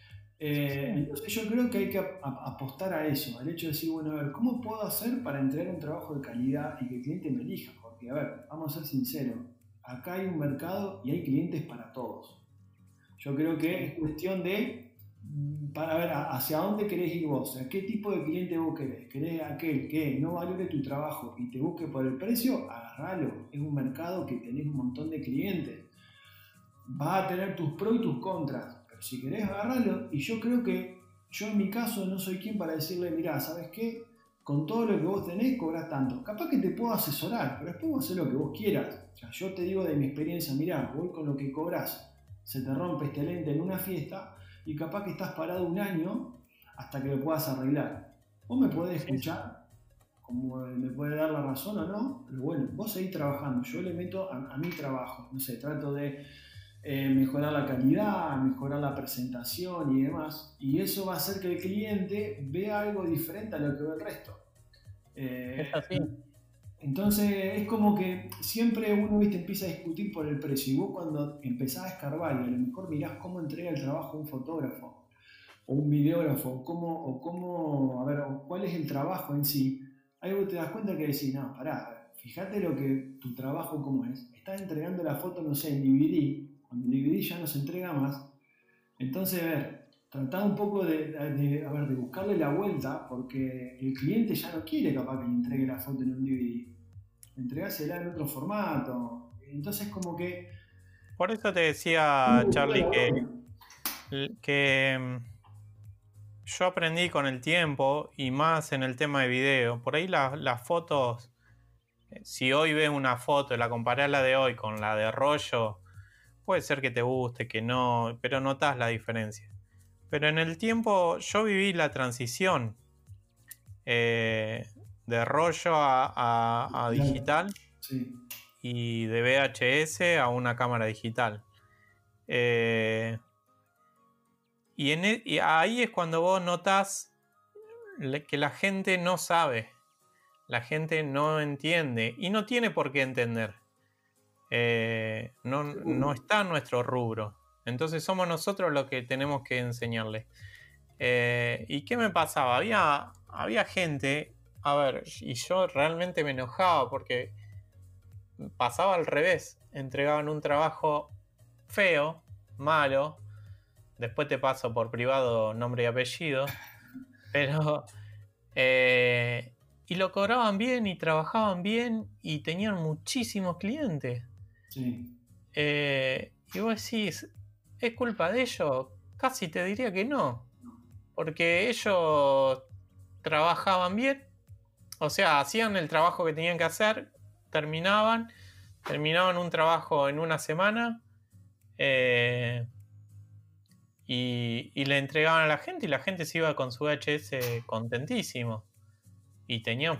[SPEAKER 1] Eh, entonces yo creo que hay que ap apostar a eso, al hecho de decir, bueno, a ver, ¿cómo puedo hacer para entregar un trabajo de calidad y que el cliente me elija? Porque, a ver, vamos a ser sinceros, acá hay un mercado y hay clientes para todos. Yo creo que es cuestión de, para ver hacia dónde querés ir vos, a qué tipo de cliente vos querés. ¿Querés aquel que no valore tu trabajo y te busque por el precio? Agarralo, es un mercado que tenés un montón de clientes. Vas a tener tus pros y tus contras. Si querés agarrarlo, y yo creo que yo en mi caso no soy quien para decirle, mirá, ¿sabes qué? Con todo lo que vos tenés cobrás tanto. Capaz que te puedo asesorar, pero después vos haces lo que vos quieras. O sea, yo te digo de mi experiencia, mirá, voy con lo que cobrás, se te rompe este lente en una fiesta y capaz que estás parado un año hasta que lo puedas arreglar. Vos me podés escuchar, como me puede dar la razón o no, pero bueno, vos seguís trabajando, yo le meto a, a mi trabajo, no sé, trato de Eh, mejorar la calidad, mejorar la presentación y demás, y eso va a hacer que el cliente vea algo diferente a lo que ve el resto. Eh,
[SPEAKER 2] es así.
[SPEAKER 1] Entonces es como que siempre uno, viste, empieza a discutir por el precio, y vos cuando empezás a escarbar y a lo mejor mirás cómo entrega el trabajo un fotógrafo o un videógrafo, cómo, o cómo, a ver, o cuál es el trabajo en sí, ahí vos te das cuenta que decís, no, pará, fíjate lo que tu trabajo cómo es, estás entregando la foto, no sé, en D V D. Cuando el D V D ya no se entrega más, entonces, a ver, tratá un poco de, de, a ver, de buscarle la vuelta, porque el cliente ya no quiere capaz que le entregue la foto en un D V D, entregásela en otro formato, entonces como que...
[SPEAKER 2] Por eso te decía, Charlie, que, que yo aprendí con el tiempo, y más en el tema de video, por ahí las, las fotos, si hoy ves una foto y la comparás la de hoy con la de rollo, puede ser que te guste, que no, pero notás la diferencia. Pero en el tiempo yo viví la transición eh, de rollo a, a, a digital, sí, y de V H S a una cámara digital. Eh, y, en el, y ahí es cuando vos notás que la gente no sabe, la gente no entiende y no tiene por qué entender. Eh, no, no está en nuestro rubro, entonces somos nosotros los que tenemos que enseñarle. Eh, ¿y qué me pasaba? Había, había gente, a ver, y yo realmente me enojaba porque pasaba al revés, entregaban un trabajo feo, malo, después te paso por privado nombre y apellido, pero eh, y lo cobraban bien y trabajaban bien y tenían muchísimos clientes. Sí. Eh, y vos decís, ¿es culpa de ellos? Casi te diría que no, porque ellos trabajaban bien, O sea, hacían el trabajo que tenían que hacer, terminaban, terminaban un trabajo en una semana eh, y, y le entregaban a la gente y la gente se iba con su V H S contentísimo. Y tenían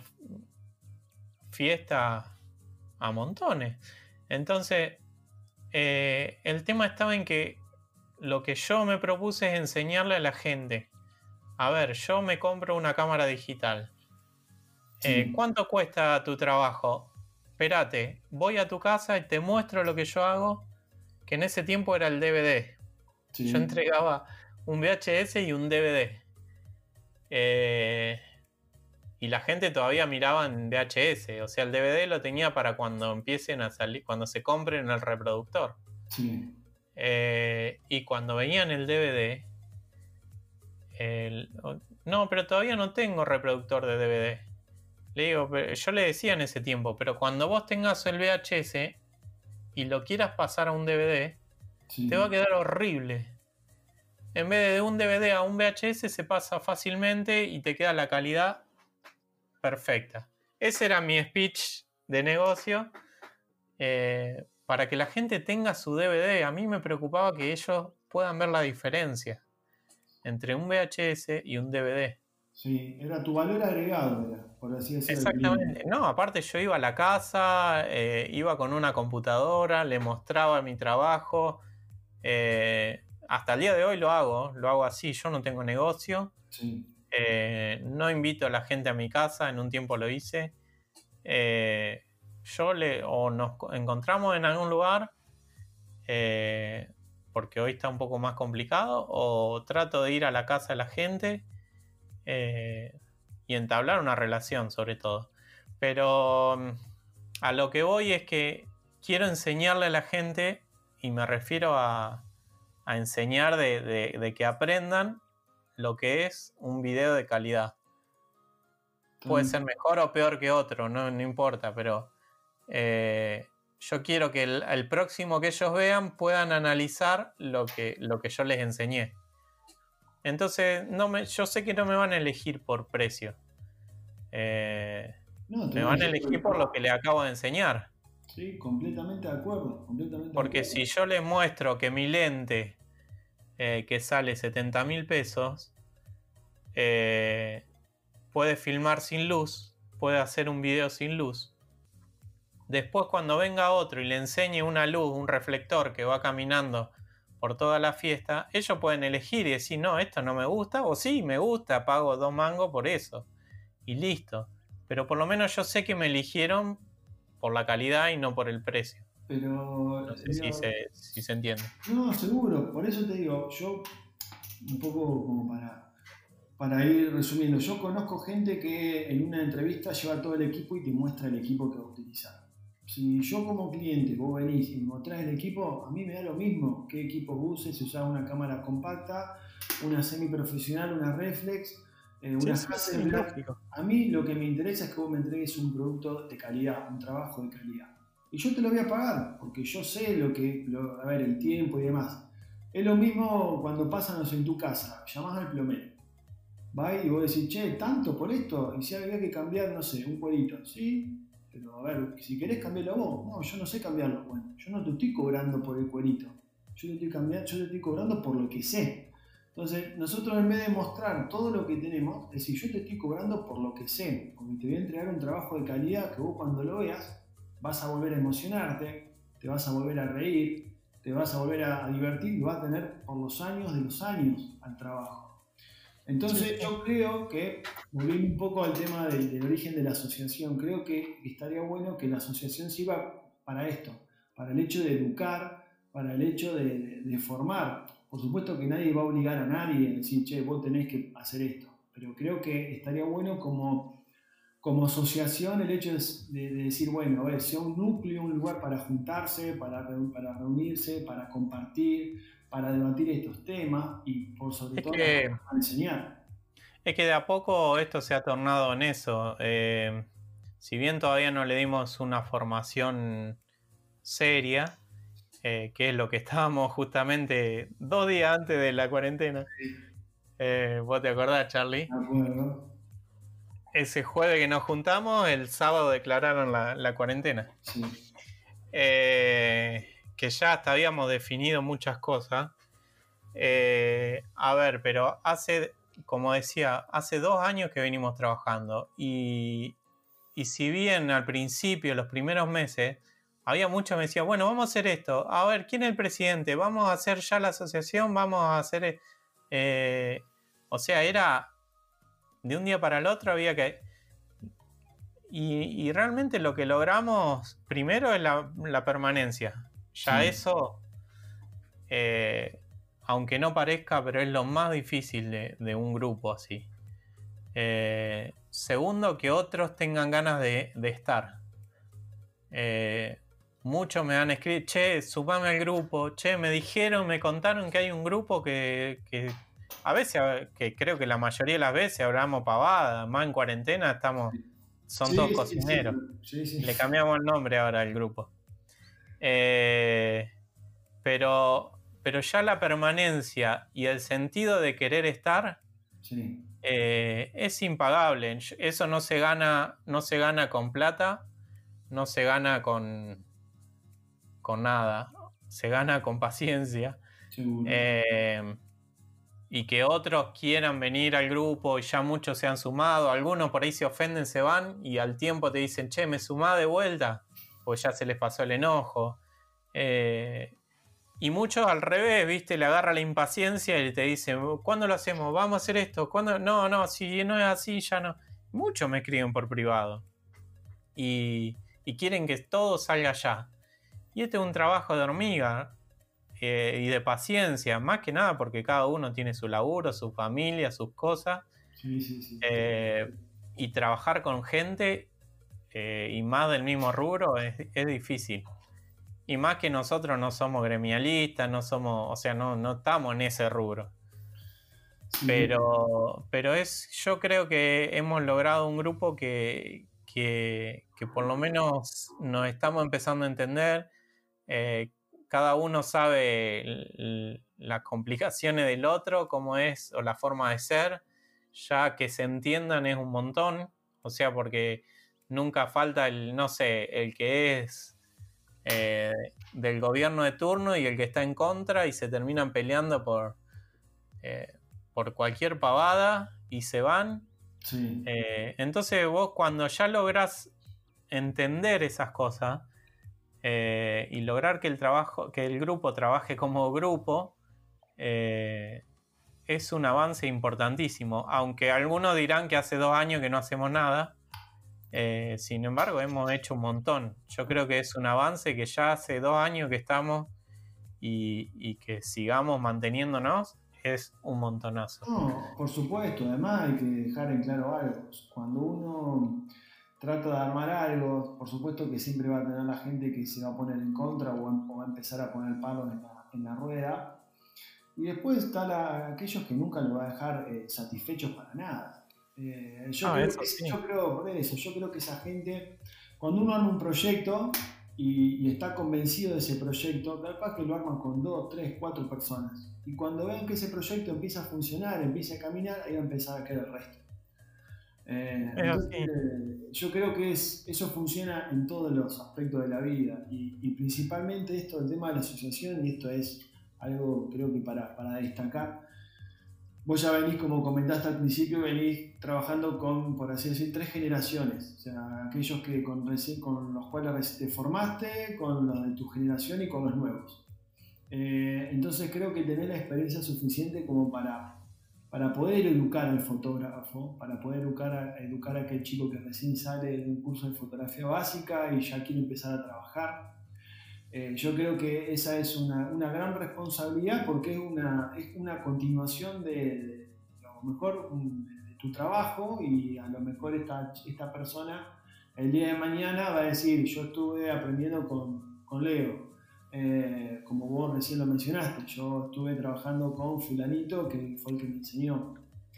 [SPEAKER 2] fiesta a montones. Entonces, eh, el tema estaba en que lo que yo me propuse es enseñarle a la gente. A ver, yo me compro una cámara digital. Eh,
[SPEAKER 1] Sí.
[SPEAKER 2] ¿Cuánto cuesta tu trabajo? Espérate, voy a tu casa y te muestro lo que yo hago, que en ese tiempo era el D V D.
[SPEAKER 1] Sí.
[SPEAKER 2] Yo entregaba un V H S y un D V D. Eh, y la gente todavía miraba en V H S. O sea, el D V D lo tenía para cuando empiecen a salir, cuando se compren el reproductor.
[SPEAKER 1] Sí.
[SPEAKER 2] Eh, y cuando venían el D V D, el, no, pero todavía no tengo reproductor de D V D. Le digo, pero yo le decía en ese tiempo, pero cuando vos tengas el V H S y lo quieras pasar a un D V D,
[SPEAKER 1] Sí.
[SPEAKER 2] te va a quedar horrible. En vez de un D V D a un V H S se pasa fácilmente y te queda la calidad perfecta. Ese era mi speech de negocio eh, para que la gente tenga su D V D. A mí me preocupaba que ellos puedan ver la diferencia entre un V H S y un D V D.
[SPEAKER 1] Sí, era tu valor agregado, era, por así decirlo.
[SPEAKER 2] Exactamente. No, aparte yo iba a la casa, eh, iba con una computadora, le mostraba mi trabajo. Eh, hasta el día de hoy lo hago, lo hago así. Yo no tengo negocio.
[SPEAKER 1] Sí.
[SPEAKER 2] Eh, no invito a la gente a mi casa, en un tiempo lo hice. Eh, yo le, o nos encontramos en algún lugar, eh, porque hoy está un poco más complicado, o trato de ir a la casa de la gente. Eh, y entablar una relación sobre todo. Pero a lo que voy es que quiero enseñarle a la gente, y me refiero a, a enseñar de, de, de que aprendan lo que es un video de calidad. Puede ser mejor o peor que otro, no, no importa, pero eh, yo quiero que el, el próximo que ellos vean puedan analizar lo que, lo que yo les enseñé. Entonces, no me, yo sé que no me van a elegir por precio. Eh,
[SPEAKER 1] no,
[SPEAKER 2] me van a elegir por lo que les acabo de enseñar.
[SPEAKER 1] Sí, completamente de acuerdo. Completamente
[SPEAKER 2] Porque
[SPEAKER 1] de acuerdo.
[SPEAKER 2] si yo les muestro que mi lente, eh, que sale setenta mil pesos, eh, puede filmar sin luz, puede hacer un video sin luz. Después, cuando venga otro y le enseñe una luz, un reflector que va caminando por toda la fiesta, ellos pueden elegir y decir, no, esto no me gusta, o sí, me gusta, pago dos mangos por eso. Y listo. Pero por lo menos yo sé que me eligieron por la calidad y no por el precio.
[SPEAKER 1] Pero.
[SPEAKER 2] No sé si se, si se entiende.
[SPEAKER 1] No, seguro. Por eso te digo, yo, un poco como para, para ir resumiendo, yo conozco gente que en una entrevista lleva todo el equipo y te muestra el equipo que va a utilizar. Si yo como cliente, vos venís y me mostrás el equipo, a mí me da lo mismo qué equipo uses, si usás una cámara compacta, una semiprofesional, una reflex, eh, una
[SPEAKER 2] Sí, sí, sí, lógico.
[SPEAKER 1] A mí lo que me interesa es que vos me entregues un producto de calidad, un trabajo de calidad. Y yo te lo voy a pagar, porque yo sé lo que, lo, a ver, el tiempo y demás. Es lo mismo cuando pasan en tu casa, llamás al plomero. Va y vos decís, che, ¿tanto por esto? Y si había que cambiar, no sé, un cuerito. Sí, pero a ver, si querés cambiarlo vos. No, yo no sé cambiarlo. Bueno, yo no te estoy cobrando por el cuerito. Yo te estoy, cambiando, yo te estoy cobrando por lo que sé. Entonces, nosotros en vez de mostrar todo lo que tenemos, es decir, yo te estoy cobrando por lo que sé, porque te voy a entregar un trabajo de calidad que vos cuando lo veas vas a volver a emocionarte, te vas a volver a reír, te vas a volver a divertir y vas a tener por los años de los años al trabajo. Entonces, sí, yo creo que, volviendo un poco al tema del, del origen de la asociación, creo que estaría bueno que la asociación sirva para esto, para el hecho de educar, para el hecho de, de, de formar. Por supuesto que nadie va a obligar a nadie a decir, che, vos tenés que hacer esto, pero creo que estaría bueno como, como asociación el hecho de, de decir, bueno, a ver, sea un núcleo, un lugar para juntarse, para, para reunirse, para compartir, para debatir estos temas y por sobre
[SPEAKER 2] es
[SPEAKER 1] todo
[SPEAKER 2] que,
[SPEAKER 1] para enseñar.
[SPEAKER 2] Es que de a poco esto se ha tornado en eso. Eh, si bien todavía no le dimos una formación seria, Eh, que es lo que estábamos justamente dos días antes de la cuarentena. Eh, ¿Vos te acordás, Charlie?
[SPEAKER 1] De acuerdo.
[SPEAKER 2] ese jueves que nos juntamos, el sábado declararon la, la cuarentena.
[SPEAKER 1] Sí.
[SPEAKER 2] Eh, que ya hasta habíamos definido muchas cosas. Eh, a ver, pero hace, como decía, hace dos años que venimos trabajando y, y si bien al principio, los primeros meses, había muchos que me decían, bueno, vamos a hacer esto, a ver, ¿quién es el presidente? Vamos a hacer ya la asociación, vamos a hacer... Eh, o sea, era de un día para el otro, había que... Y, y realmente lo que logramos primero es la, la permanencia. Ya
[SPEAKER 1] Sí.
[SPEAKER 2] eso... Eh, aunque no parezca, pero es lo más difícil de, de un grupo así. Eh, segundo, que otros tengan ganas de, de estar. Eh, muchos me han escrito, che, sumame al grupo, che, me dijeron, me contaron que hay un grupo que, que a veces, que creo que la mayoría de las veces hablamos pavada, más en cuarentena estamos, son
[SPEAKER 1] Sí,
[SPEAKER 2] todos
[SPEAKER 1] sí,
[SPEAKER 2] cocineros.
[SPEAKER 1] sí, sí.
[SPEAKER 2] Le cambiamos el nombre ahora al grupo. Eh, pero... Pero ya la permanencia y el sentido de querer estar
[SPEAKER 1] Sí.
[SPEAKER 2] eh, es impagable. Eso no se gana, no se gana con plata, no se gana con, con nada. Se gana con paciencia.
[SPEAKER 1] Seguro.
[SPEAKER 2] Eh, y que otros quieran venir al grupo y ya muchos se han sumado. Algunos por ahí se ofenden, se van y al tiempo te dicen, che, me sumá de vuelta, pues ya se les pasó el enojo. Eh, Y muchos al revés, ¿viste? Le agarra la impaciencia y te dicen, ¿cuándo lo hacemos? ¿Vamos a hacer esto? ¿Cuándo? No, no, si no es así, ya no. Muchos me escriben por privado. Y, y quieren que todo salga ya. Y este es un trabajo de hormiga eh, y de paciencia, más que nada porque cada uno tiene su laburo, su familia, sus cosas.
[SPEAKER 1] Sí, sí, sí.
[SPEAKER 2] Eh, y trabajar con gente eh, y más del mismo rubro es, es difícil. Y más que nosotros no somos gremialistas, no somos, o sea, no, no estamos en ese rubro.
[SPEAKER 1] Sí.
[SPEAKER 2] Pero, pero es, yo creo que hemos logrado un grupo que, que, que por lo menos nos estamos empezando a entender. Eh, cada uno sabe el, el, las complicaciones del otro, cómo es, o la forma de ser. Ya que se entiendan es un montón. O sea, porque nunca falta el, no sé, el que es... Eh, del gobierno de turno y el que está en contra y se terminan peleando por, eh, por cualquier pavada y se van.
[SPEAKER 1] Sí.
[SPEAKER 2] Eh, entonces vos cuando ya lográs entender esas cosas eh, y lograr que el trabajo, que el grupo trabaje como grupo, eh, es un avance importantísimo. Aunque algunos dirán que hace dos años que no hacemos nada. Eh, sin embargo, hemos hecho un montón. Yo creo que es un avance que ya hace dos años que estamos y, y que sigamos manteniéndonos es un montonazo.
[SPEAKER 1] No, por supuesto. Además hay que dejar en claro algo. Cuando uno trata de armar algo, por supuesto que siempre va a tener la gente que se va a poner en contra o, o va a empezar a poner palos en la, en la rueda. Y después está la, aquellos que nunca lo va a dejar eh, satisfechos para nada. Eh, yo,
[SPEAKER 2] Ah,
[SPEAKER 1] creo
[SPEAKER 2] eso
[SPEAKER 1] que,
[SPEAKER 2] sí.
[SPEAKER 1] yo creo por eso, yo creo que esa gente, cuando uno arma un proyecto y, y está convencido de ese proyecto, capaz que lo arman con dos, tres, cuatro personas. Y cuando vean que ese proyecto empieza a funcionar, empieza a caminar, ahí va a empezar a caer el resto. Eh,
[SPEAKER 2] Es
[SPEAKER 1] entonces,
[SPEAKER 2] así.
[SPEAKER 1] yo creo que es, eso funciona en todos los aspectos de la vida y, y principalmente esto, el tema de la asociación, y esto es algo creo que para, para destacar. Vos ya venís, como comentaste al principio, venís trabajando con, por así decir, tres generaciones. O sea, aquellos que con, con los cuales te formaste, con los de tu generación y con los nuevos. Eh, entonces creo que tenés la experiencia suficiente como para, para poder educar al fotógrafo, para poder educar a, educar a aquel chico que recién sale de un curso de fotografía básica y ya quiere empezar a trabajar. Eh, yo creo que esa es una, una gran responsabilidad porque es una, es una continuación de, de, de a lo mejor de tu trabajo y a lo mejor esta, esta persona el día de mañana va a decir yo estuve aprendiendo con, con Leo, eh, como vos recién lo mencionaste, yo estuve trabajando con fulanito que fue el que me enseñó.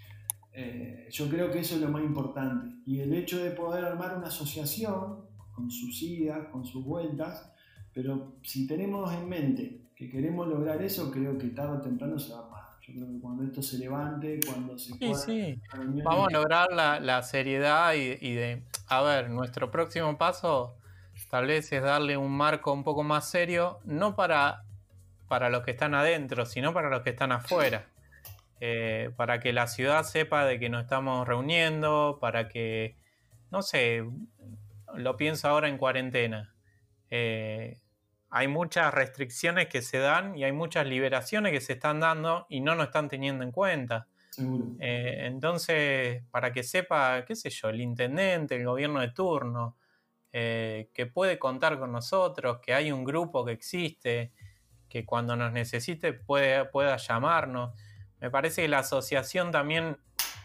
[SPEAKER 1] Eh, yo creo que eso es lo más importante y el hecho de poder armar una asociación con sus idas, con sus vueltas. Pero si tenemos en mente que queremos lograr eso, creo que tarde o temprano se va a armar. Yo creo que cuando esto se levante, cuando se
[SPEAKER 2] Sí,
[SPEAKER 1] pueda...
[SPEAKER 2] sí. Vamos a lograr la, la seriedad y, y de... A ver, nuestro próximo paso tal vez es darle un marco un poco más serio, no para, para los que están adentro, sino para los que están afuera. Eh, para que la ciudad sepa de que nos estamos reuniendo, para que, no sé, lo pienso ahora en cuarentena. Eh, hay muchas restricciones que se dan y hay muchas liberaciones que se están dando y no nos están teniendo en cuenta.
[SPEAKER 1] Seguro.
[SPEAKER 2] Eh, entonces, para que sepa, qué sé yo, el intendente, el gobierno de turno, eh, que puede contar con nosotros, que hay un grupo que existe, que cuando nos necesite puede, pueda llamarnos. Me parece que la asociación también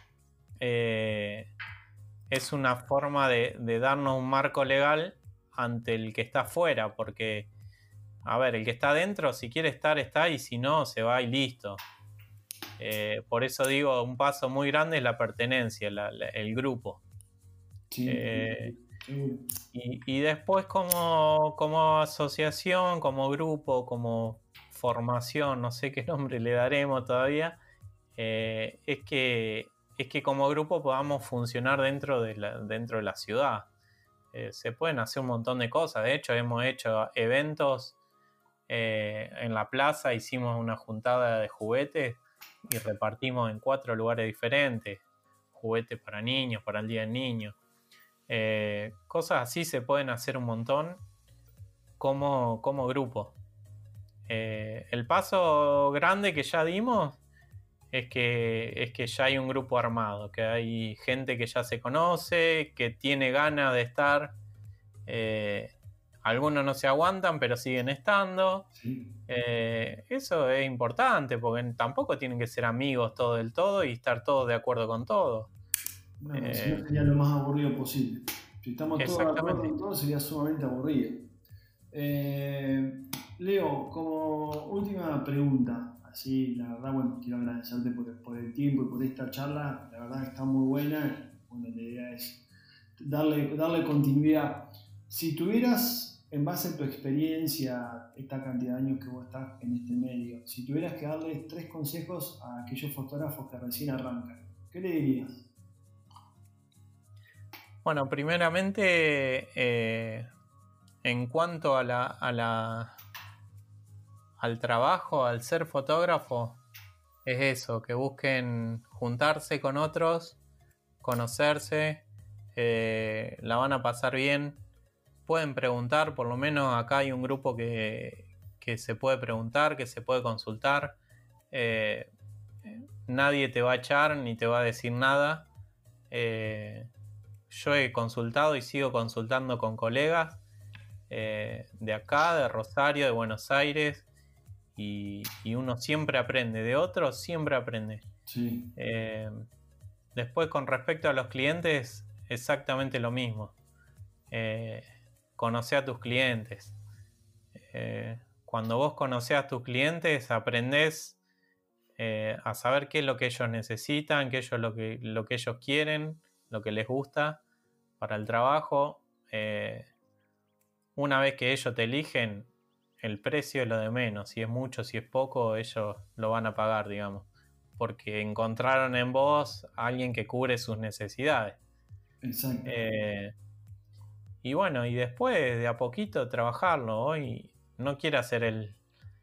[SPEAKER 2] eh, es una forma de, de darnos un marco legal ante el que está afuera, porque, a ver, el que está adentro, si quiere estar, está, y si no, se va y listo. Eh, por eso digo, un paso muy grande es la pertenencia, la, la, el grupo.
[SPEAKER 1] Sí,
[SPEAKER 2] Eh,
[SPEAKER 1] seguro.
[SPEAKER 2] y, y después como, como asociación, como grupo, como formación, no sé qué nombre le daremos todavía, eh, es, que, es que como grupo podamos funcionar dentro de la, dentro de la ciudad. Eh, se pueden hacer un montón de cosas. De hecho, hemos hecho eventos eh, en la plaza, hicimos una juntada de juguetes y repartimos en cuatro lugares diferentes. Juguetes para niños, para el Día del Niño. Eh, cosas así se pueden hacer un montón como, como grupo. Eh, el paso grande que ya dimos es que, es que ya hay un grupo armado, que hay gente que ya se conoce, que tiene ganas de estar. Eh, algunos no se aguantan, pero siguen estando.
[SPEAKER 1] Sí.
[SPEAKER 2] Eh, eso es importante, porque tampoco tienen que ser amigos todo del todo y estar todos de acuerdo con todo.
[SPEAKER 1] No, no,
[SPEAKER 2] Eh,
[SPEAKER 1] si no sería lo más aburrido posible. Si estamos todos de acuerdo
[SPEAKER 2] exactamente.
[SPEAKER 1] con todo, sería sumamente aburrido. Eh, Leo, como última pregunta, así, la verdad, bueno, quiero agradecerte por, por el tiempo y por esta charla, la verdad que está muy buena. Bueno, la idea es darle, darle continuidad. Si tuvieras, en base a tu experiencia, esta cantidad de años que vos estás en este medio, si tuvieras que darle tres consejos a aquellos fotógrafos que recién arrancan, ¿qué le dirías?
[SPEAKER 2] Bueno, primeramente, eh, en cuanto a la, a la, al trabajo, al ser fotógrafo, es eso, que busquen juntarse con otros, conocerse, eh, la van a pasar bien. Pueden preguntar, por lo menos acá hay un grupo que, que se puede preguntar, que se puede consultar. Eh, nadie te va a echar ni te va a decir nada. Eh, yo he consultado y sigo consultando con colegas eh, de acá, de Rosario, de Buenos Aires, y, y uno siempre aprende, de otros siempre aprende.
[SPEAKER 1] Sí.
[SPEAKER 2] Eh, después, con respecto a los clientes, exactamente lo mismo. Eh, conoce a tus clientes. Eh, cuando vos conocés a tus clientes, aprendés eh, a saber qué es lo que ellos necesitan, qué es lo que, lo que ellos quieren, lo que les gusta para el trabajo. Eh, una vez que ellos te eligen, el precio es lo de menos. Si es mucho, si es poco, ellos lo van a pagar, digamos. Porque encontraron en vos a alguien que cubre sus necesidades.
[SPEAKER 1] Exacto.
[SPEAKER 2] Eh, y bueno, y después de a poquito trabajarlo. Hoy no quiere ser el,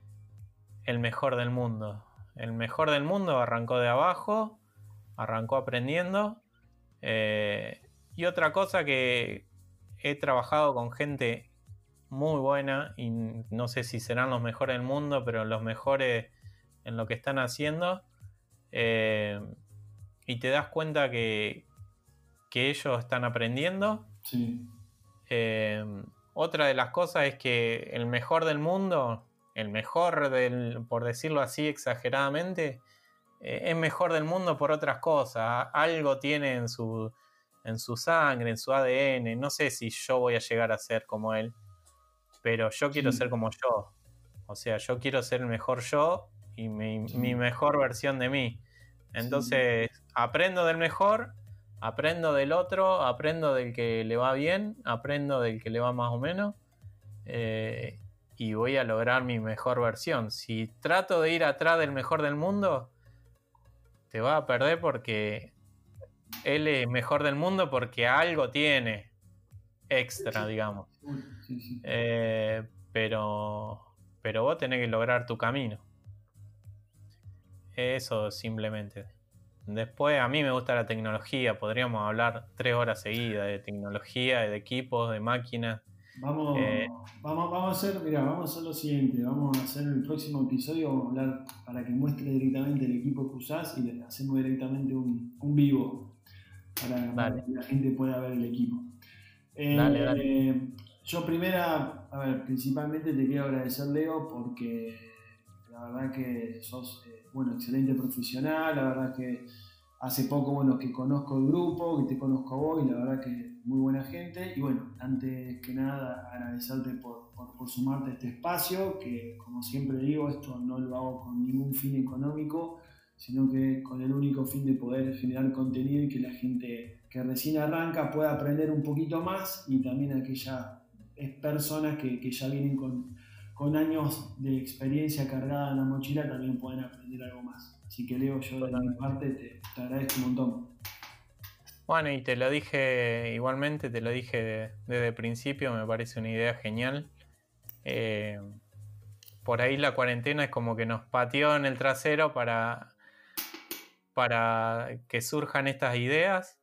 [SPEAKER 2] el mejor del mundo. El mejor del mundo arrancó de abajo, arrancó aprendiendo. Eh, y otra cosa que he trabajado con gente muy buena y no sé si serán los mejores del mundo, pero los mejores en lo que están haciendo. Eh, y te das cuenta que, que ellos están aprendiendo.
[SPEAKER 1] Sí.
[SPEAKER 2] Eh, otra de las cosas es que el mejor del mundo, el mejor del, por decirlo así exageradamente, eh, es mejor del mundo por otras cosas. Algo tiene en su, en su sangre, en su A D N. No sé si yo voy a llegar a ser como él, pero yo quiero
[SPEAKER 1] Sí.
[SPEAKER 2] ser como yo. O sea, yo quiero ser el mejor yo y mi,
[SPEAKER 1] Sí.
[SPEAKER 2] mi mejor versión de mí. Entonces, sí. Aprendo del mejor, aprendo del otro, aprendo del que le va bien, aprendo del que le va más o menos, eh, y voy a lograr mi mejor versión. Si trato de ir atrás del mejor del mundo, te va a perder porque él es mejor del mundo porque algo tiene extra, digamos.
[SPEAKER 1] Sí, sí.
[SPEAKER 2] Eh, pero, pero vos tenés que lograr tu camino. Eso simplemente. Después, a mí me gusta la tecnología. Podríamos hablar tres horas seguidas de tecnología, de equipos, de máquinas.
[SPEAKER 1] Vamos,
[SPEAKER 2] Eh,
[SPEAKER 1] vamos, vamos a hacer, mira, vamos a hacer lo siguiente, vamos a hacer el próximo episodio, vamos a hablar para que muestre directamente el equipo que usás y le hacemos directamente un, un vivo para, para que la gente pueda ver el equipo. Eh,
[SPEAKER 2] dale, dale.
[SPEAKER 1] Eh, yo primera, a ver, principalmente te quiero agradecer, Leo, porque la verdad que sos, eh, bueno, excelente profesional, la verdad que hace poco, bueno, que conozco el grupo, que te conozco a vos y la verdad que muy buena gente. Y bueno, antes que nada agradecerte por, por, por sumarte a este espacio, que como siempre digo, esto no lo hago con ningún fin económico, sino que con el único fin de poder generar contenido y que la gente que recién arranca pueda aprender un poquito más y también aquellas personas que, que ya vienen con, con años de experiencia cargada en la mochila también pueden aprender algo más. Así que Leo, yo de mi parte te, te agradezco un montón.
[SPEAKER 2] Bueno, y te lo dije igualmente, te lo dije desde el principio, me parece una idea genial. Eh, por ahí la cuarentena es como que nos pateó en el trasero para, para que surjan estas ideas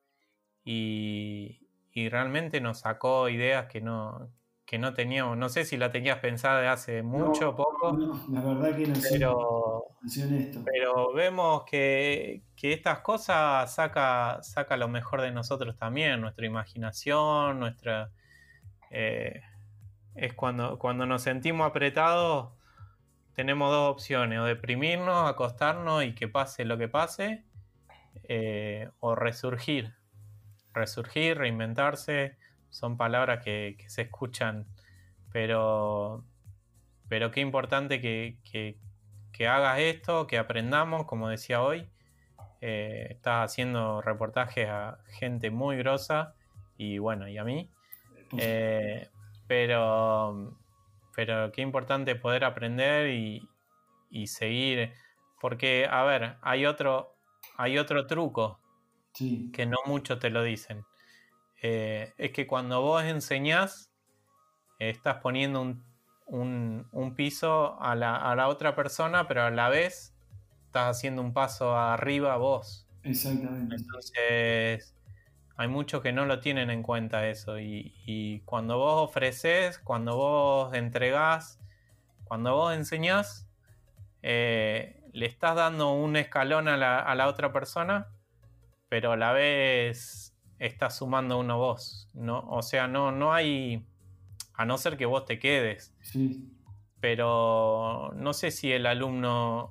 [SPEAKER 2] y, y realmente nos sacó ideas que no, que no teníamos. No sé si la tenías pensada de hace mucho o
[SPEAKER 1] No,
[SPEAKER 2] poco,
[SPEAKER 1] no, la verdad que nací,
[SPEAKER 2] pero...
[SPEAKER 1] nací honesto.
[SPEAKER 2] Pero vemos que, que estas cosas saca, saca lo mejor de nosotros también, nuestra imaginación, nuestra eh, es cuando, cuando nos sentimos apretados, tenemos dos opciones, o deprimirnos, acostarnos y que pase lo que pase, eh, o resurgir. Resurgir, reinventarse, son palabras que, que se escuchan, pero, pero qué importante que, que que hagas esto, que aprendamos, como decía hoy. Eh, estás haciendo reportajes a gente muy grosa y bueno, y a mí. Eh, pero, pero qué importante poder aprender y, y seguir. Porque, a ver, hay otro, hay otro truco
[SPEAKER 1] sí.
[SPEAKER 2] que no muchos te lo dicen. Eh, es que cuando vos enseñás, eh, estás poniendo un Un, un piso a la, a la otra persona, pero a la vez estás haciendo un paso arriba vos.
[SPEAKER 1] Exactamente.
[SPEAKER 2] Entonces hay muchos que no lo tienen en cuenta eso y, y cuando vos ofreces, cuando vos entregás, cuando vos enseñás, eh, le estás dando un escalón a la, a la otra persona, pero a la vez estás sumando uno vos, ¿no? O sea, no, no hay... A no ser que vos te quedes.
[SPEAKER 1] Sí.
[SPEAKER 2] Pero no sé si el alumno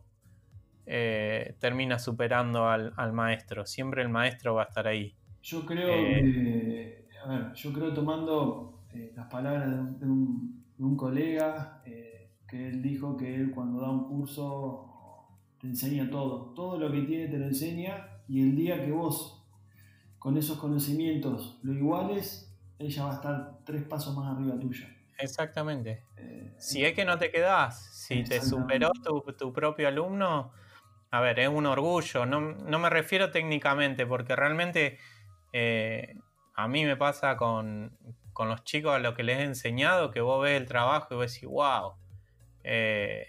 [SPEAKER 2] eh, termina superando al, al maestro. Siempre el maestro va a estar ahí.
[SPEAKER 1] Yo creo
[SPEAKER 2] Eh,
[SPEAKER 1] que, a ver, yo creo tomando eh, las palabras de un, de un, de un colega, eh, que él dijo que él cuando da un curso te enseña todo. Todo lo que tiene te lo enseña y el día que vos con esos conocimientos lo iguales, ella va a estar tres pasos más arriba tuya.
[SPEAKER 2] exactamente.
[SPEAKER 1] Eh,
[SPEAKER 2] Si es que no te quedás, si te superó tu, tu propio alumno, a ver, es un orgullo. No, no me refiero técnicamente, porque realmente eh, a mí me pasa con, con los chicos a los que les he enseñado, que vos ves el trabajo y vos decís, wow. Eh,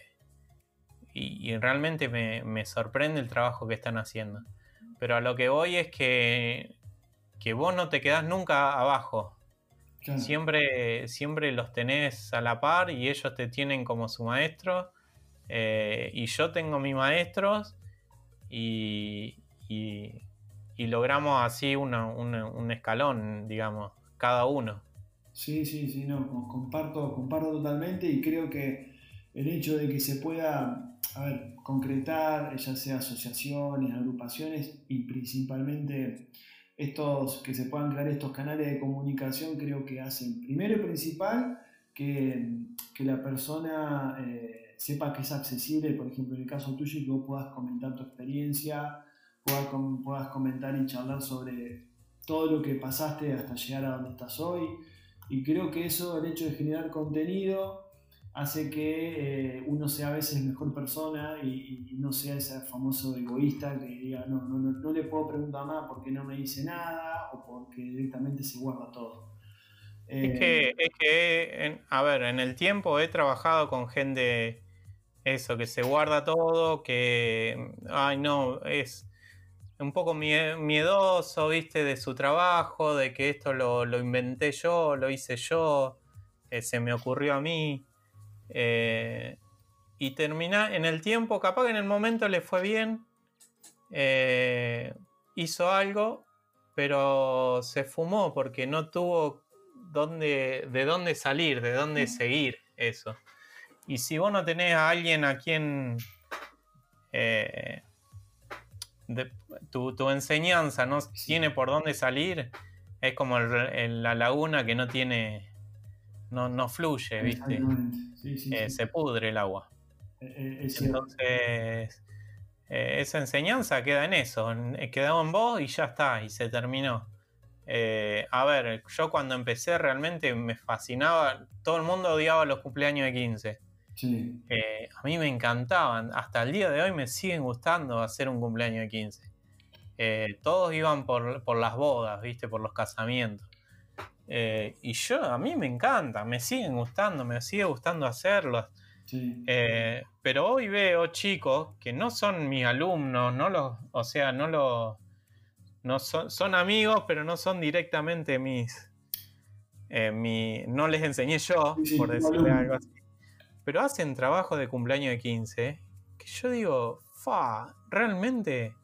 [SPEAKER 2] y, y realmente me, me sorprende el trabajo que están haciendo. Pero a lo que voy es que, que vos no te quedás nunca abajo.
[SPEAKER 1] Claro.
[SPEAKER 2] Siempre, siempre los tenés a la par y ellos te tienen como su maestro. Eh, y yo tengo mis maestros y, y, y logramos así una, una, un escalón, digamos, cada uno.
[SPEAKER 1] Sí, sí, sí, no, comparto, comparto totalmente y creo que el hecho de que se pueda, a ver, concretar, ya sea asociaciones, agrupaciones y principalmente estos, que se puedan crear estos canales de comunicación, creo que hacen primero y principal que, que la persona eh, sepa que es accesible, por ejemplo en el caso tuyo, y que vos puedas comentar tu experiencia, puedas, puedas comentar y charlar sobre todo lo que pasaste hasta llegar a donde estás hoy. Y creo que eso, el hecho de generar contenido, hace que eh, uno sea a veces mejor persona y, y no sea ese famoso egoísta que diga, no, no, no, no le puedo preguntar nada porque no me dice nada o porque directamente se guarda todo.
[SPEAKER 2] Es
[SPEAKER 1] Eh,
[SPEAKER 2] que, es que en- a ver, en el tiempo he trabajado con gente, eso, que se guarda todo, que, ay no, es un poco mie- miedoso, viste, de su trabajo, de que esto lo, lo inventé yo, lo hice yo, eh, se me ocurrió a mí. eh, y termina en el tiempo, capaz que en el momento le fue bien, eh, hizo algo, pero se fumó porque no tuvo dónde, de dónde salir, de dónde seguir eso. Y si vos no tenés a alguien a quien eh, de, tu, tu enseñanza no
[SPEAKER 1] sí,
[SPEAKER 2] tiene por dónde salir, es como el, el, la laguna que no tiene, no, no fluye, ¿viste?
[SPEAKER 1] exactamente, sí, sí,
[SPEAKER 2] Eh,
[SPEAKER 1] sí.
[SPEAKER 2] se pudre el agua.
[SPEAKER 1] Eh, eh, es cierto.
[SPEAKER 2] Entonces, eh, esa enseñanza queda en eso, en, eh, quedó en vos y ya está, y se terminó. Eh, a ver, yo cuando empecé realmente me fascinaba, todo el mundo odiaba los cumpleaños de quince.
[SPEAKER 1] Sí,
[SPEAKER 2] Eh, a mí me encantaban, hasta el día de hoy me siguen gustando hacer un cumpleaños de quince. Eh, todos iban por, por las bodas, ¿viste? Por los casamientos. Eh, y yo, a mí me encanta, me siguen gustando, me sigue gustando hacerlos.
[SPEAKER 1] sí.
[SPEAKER 2] Eh, pero hoy veo chicos que no son mis alumnos, no los, o sea, no los, no son, son amigos, pero no son directamente mis, eh, mi, no les enseñé yo,
[SPEAKER 1] Sí, sí,
[SPEAKER 2] por
[SPEAKER 1] tu
[SPEAKER 2] decirle algo
[SPEAKER 1] alumno.
[SPEAKER 2] así. Pero hacen trabajo de cumpleaños de quince que yo digo, fa, realmente.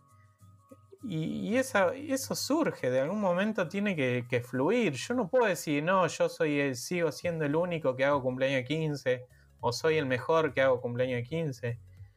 [SPEAKER 2] Y, y esa, eso surge, de algún momento tiene que, que fluir. Yo no puedo decir, no, yo soy el- sigo siendo el único que hago cumpleaños de quince o soy el mejor que hago cumpleaños de quince.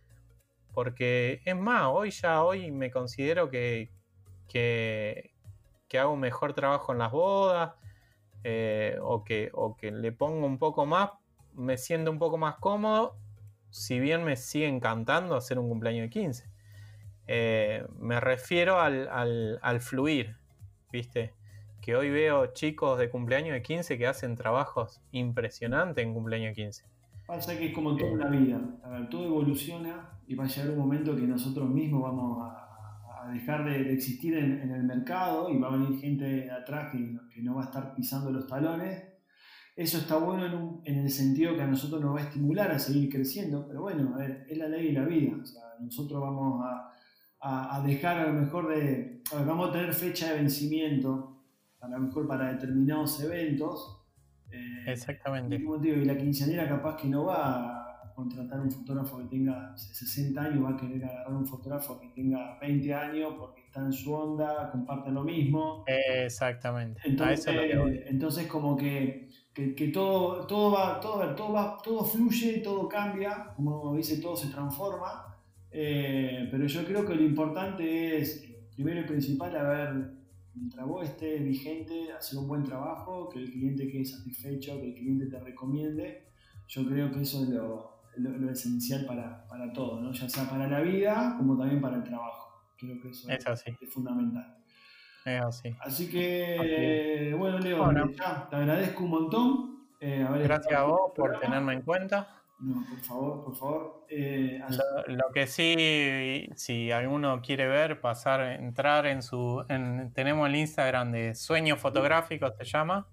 [SPEAKER 2] Porque es más, hoy ya hoy me considero que, que, que hago un mejor trabajo en las bodas, eh, o, que, o que le pongo un poco más, me siento un poco más cómodo, si bien me sigue encantando hacer un cumpleaños de quince. Eh, me refiero al, al, al fluir, ¿viste? Que hoy veo chicos de cumpleaños de quince que hacen trabajos impresionantes en cumpleaños de quince.
[SPEAKER 1] Pasa que es como todo en
[SPEAKER 2] Eh,
[SPEAKER 1] la vida. A ver, todo evoluciona y va a llegar un momento que nosotros mismos vamos a, a dejar de, de existir en, en el mercado y va a venir gente de atrás que, que no va a estar pisando los talones. Eso está bueno en, un- en el sentido que a nosotros nos va a estimular a seguir creciendo, pero bueno, a ver, es la ley de la vida. O sea, nosotros vamos a, a- a dejar a lo mejor de, a ver, vamos a tener fecha de vencimiento, a lo mejor para determinados eventos. eh, y
[SPEAKER 2] exactamente.
[SPEAKER 1] como te digo, y la quinceañera capaz que no va a contratar un fotógrafo que tenga sesenta años, va a querer agarrar un fotógrafo que tenga veinte años porque está en su onda, comparten lo mismo.
[SPEAKER 2] Exactamente. A eso es lo que voy.
[SPEAKER 1] Entonces, entonces como que, que, que todo, todo, va, todo, todo, va, todo fluye, todo cambia, como dice, todo se transforma. Eh, pero yo creo que lo importante es, eh, primero y principal, a ver, mientras vos estés vigente, hacer un buen trabajo, que el cliente quede satisfecho, que el cliente te recomiende. Yo creo que eso es lo, lo, lo esencial para, para todo, ¿no? Ya sea para la vida como también para el trabajo. Creo que eso es,
[SPEAKER 2] Es así,
[SPEAKER 1] es fundamental.
[SPEAKER 2] es así.
[SPEAKER 1] Así
[SPEAKER 2] Así es.
[SPEAKER 1] que, bueno, Leo,
[SPEAKER 2] Bueno,
[SPEAKER 1] desde ya te agradezco un montón eh, haber estado
[SPEAKER 2] gracias a
[SPEAKER 1] aquí en
[SPEAKER 2] vos
[SPEAKER 1] el
[SPEAKER 2] por
[SPEAKER 1] programa.
[SPEAKER 2] tenerme en cuenta.
[SPEAKER 1] No, por favor, por favor. Eh,
[SPEAKER 2] Lo,
[SPEAKER 1] así-
[SPEAKER 2] lo que sí, si alguno quiere ver, pasar, entrar en su, en- tenemos el Instagram de Sueño Fotográfico, se llama.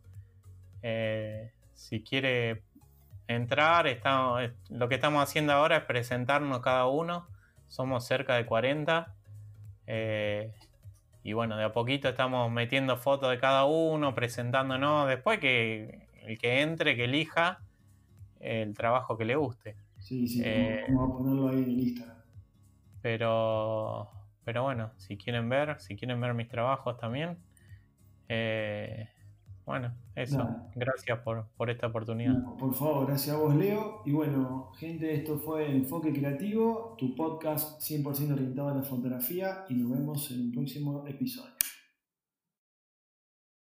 [SPEAKER 2] Eh, si quiere entrar, estamos, lo que estamos haciendo ahora es presentarnos cada uno. Somos cerca de cuarenta. eh, y bueno, de a poquito estamos metiendo fotos de cada uno, presentándonos. Después que el que entre, que elija el trabajo que le guste.
[SPEAKER 1] sí, sí, vamos,
[SPEAKER 2] Eh,
[SPEAKER 1] vamos a ponerlo ahí en el Instagram.
[SPEAKER 2] Pero, pero bueno, si quieren ver, si quieren ver mis trabajos también, eh, bueno, eso.
[SPEAKER 1] Dale.
[SPEAKER 2] Gracias por, por esta oportunidad.
[SPEAKER 1] No, por favor, gracias a vos, Leo. Y bueno, gente, esto fue Enfoque Creativo, tu podcast cien por ciento orientado a la fotografía y nos vemos en un próximo episodio.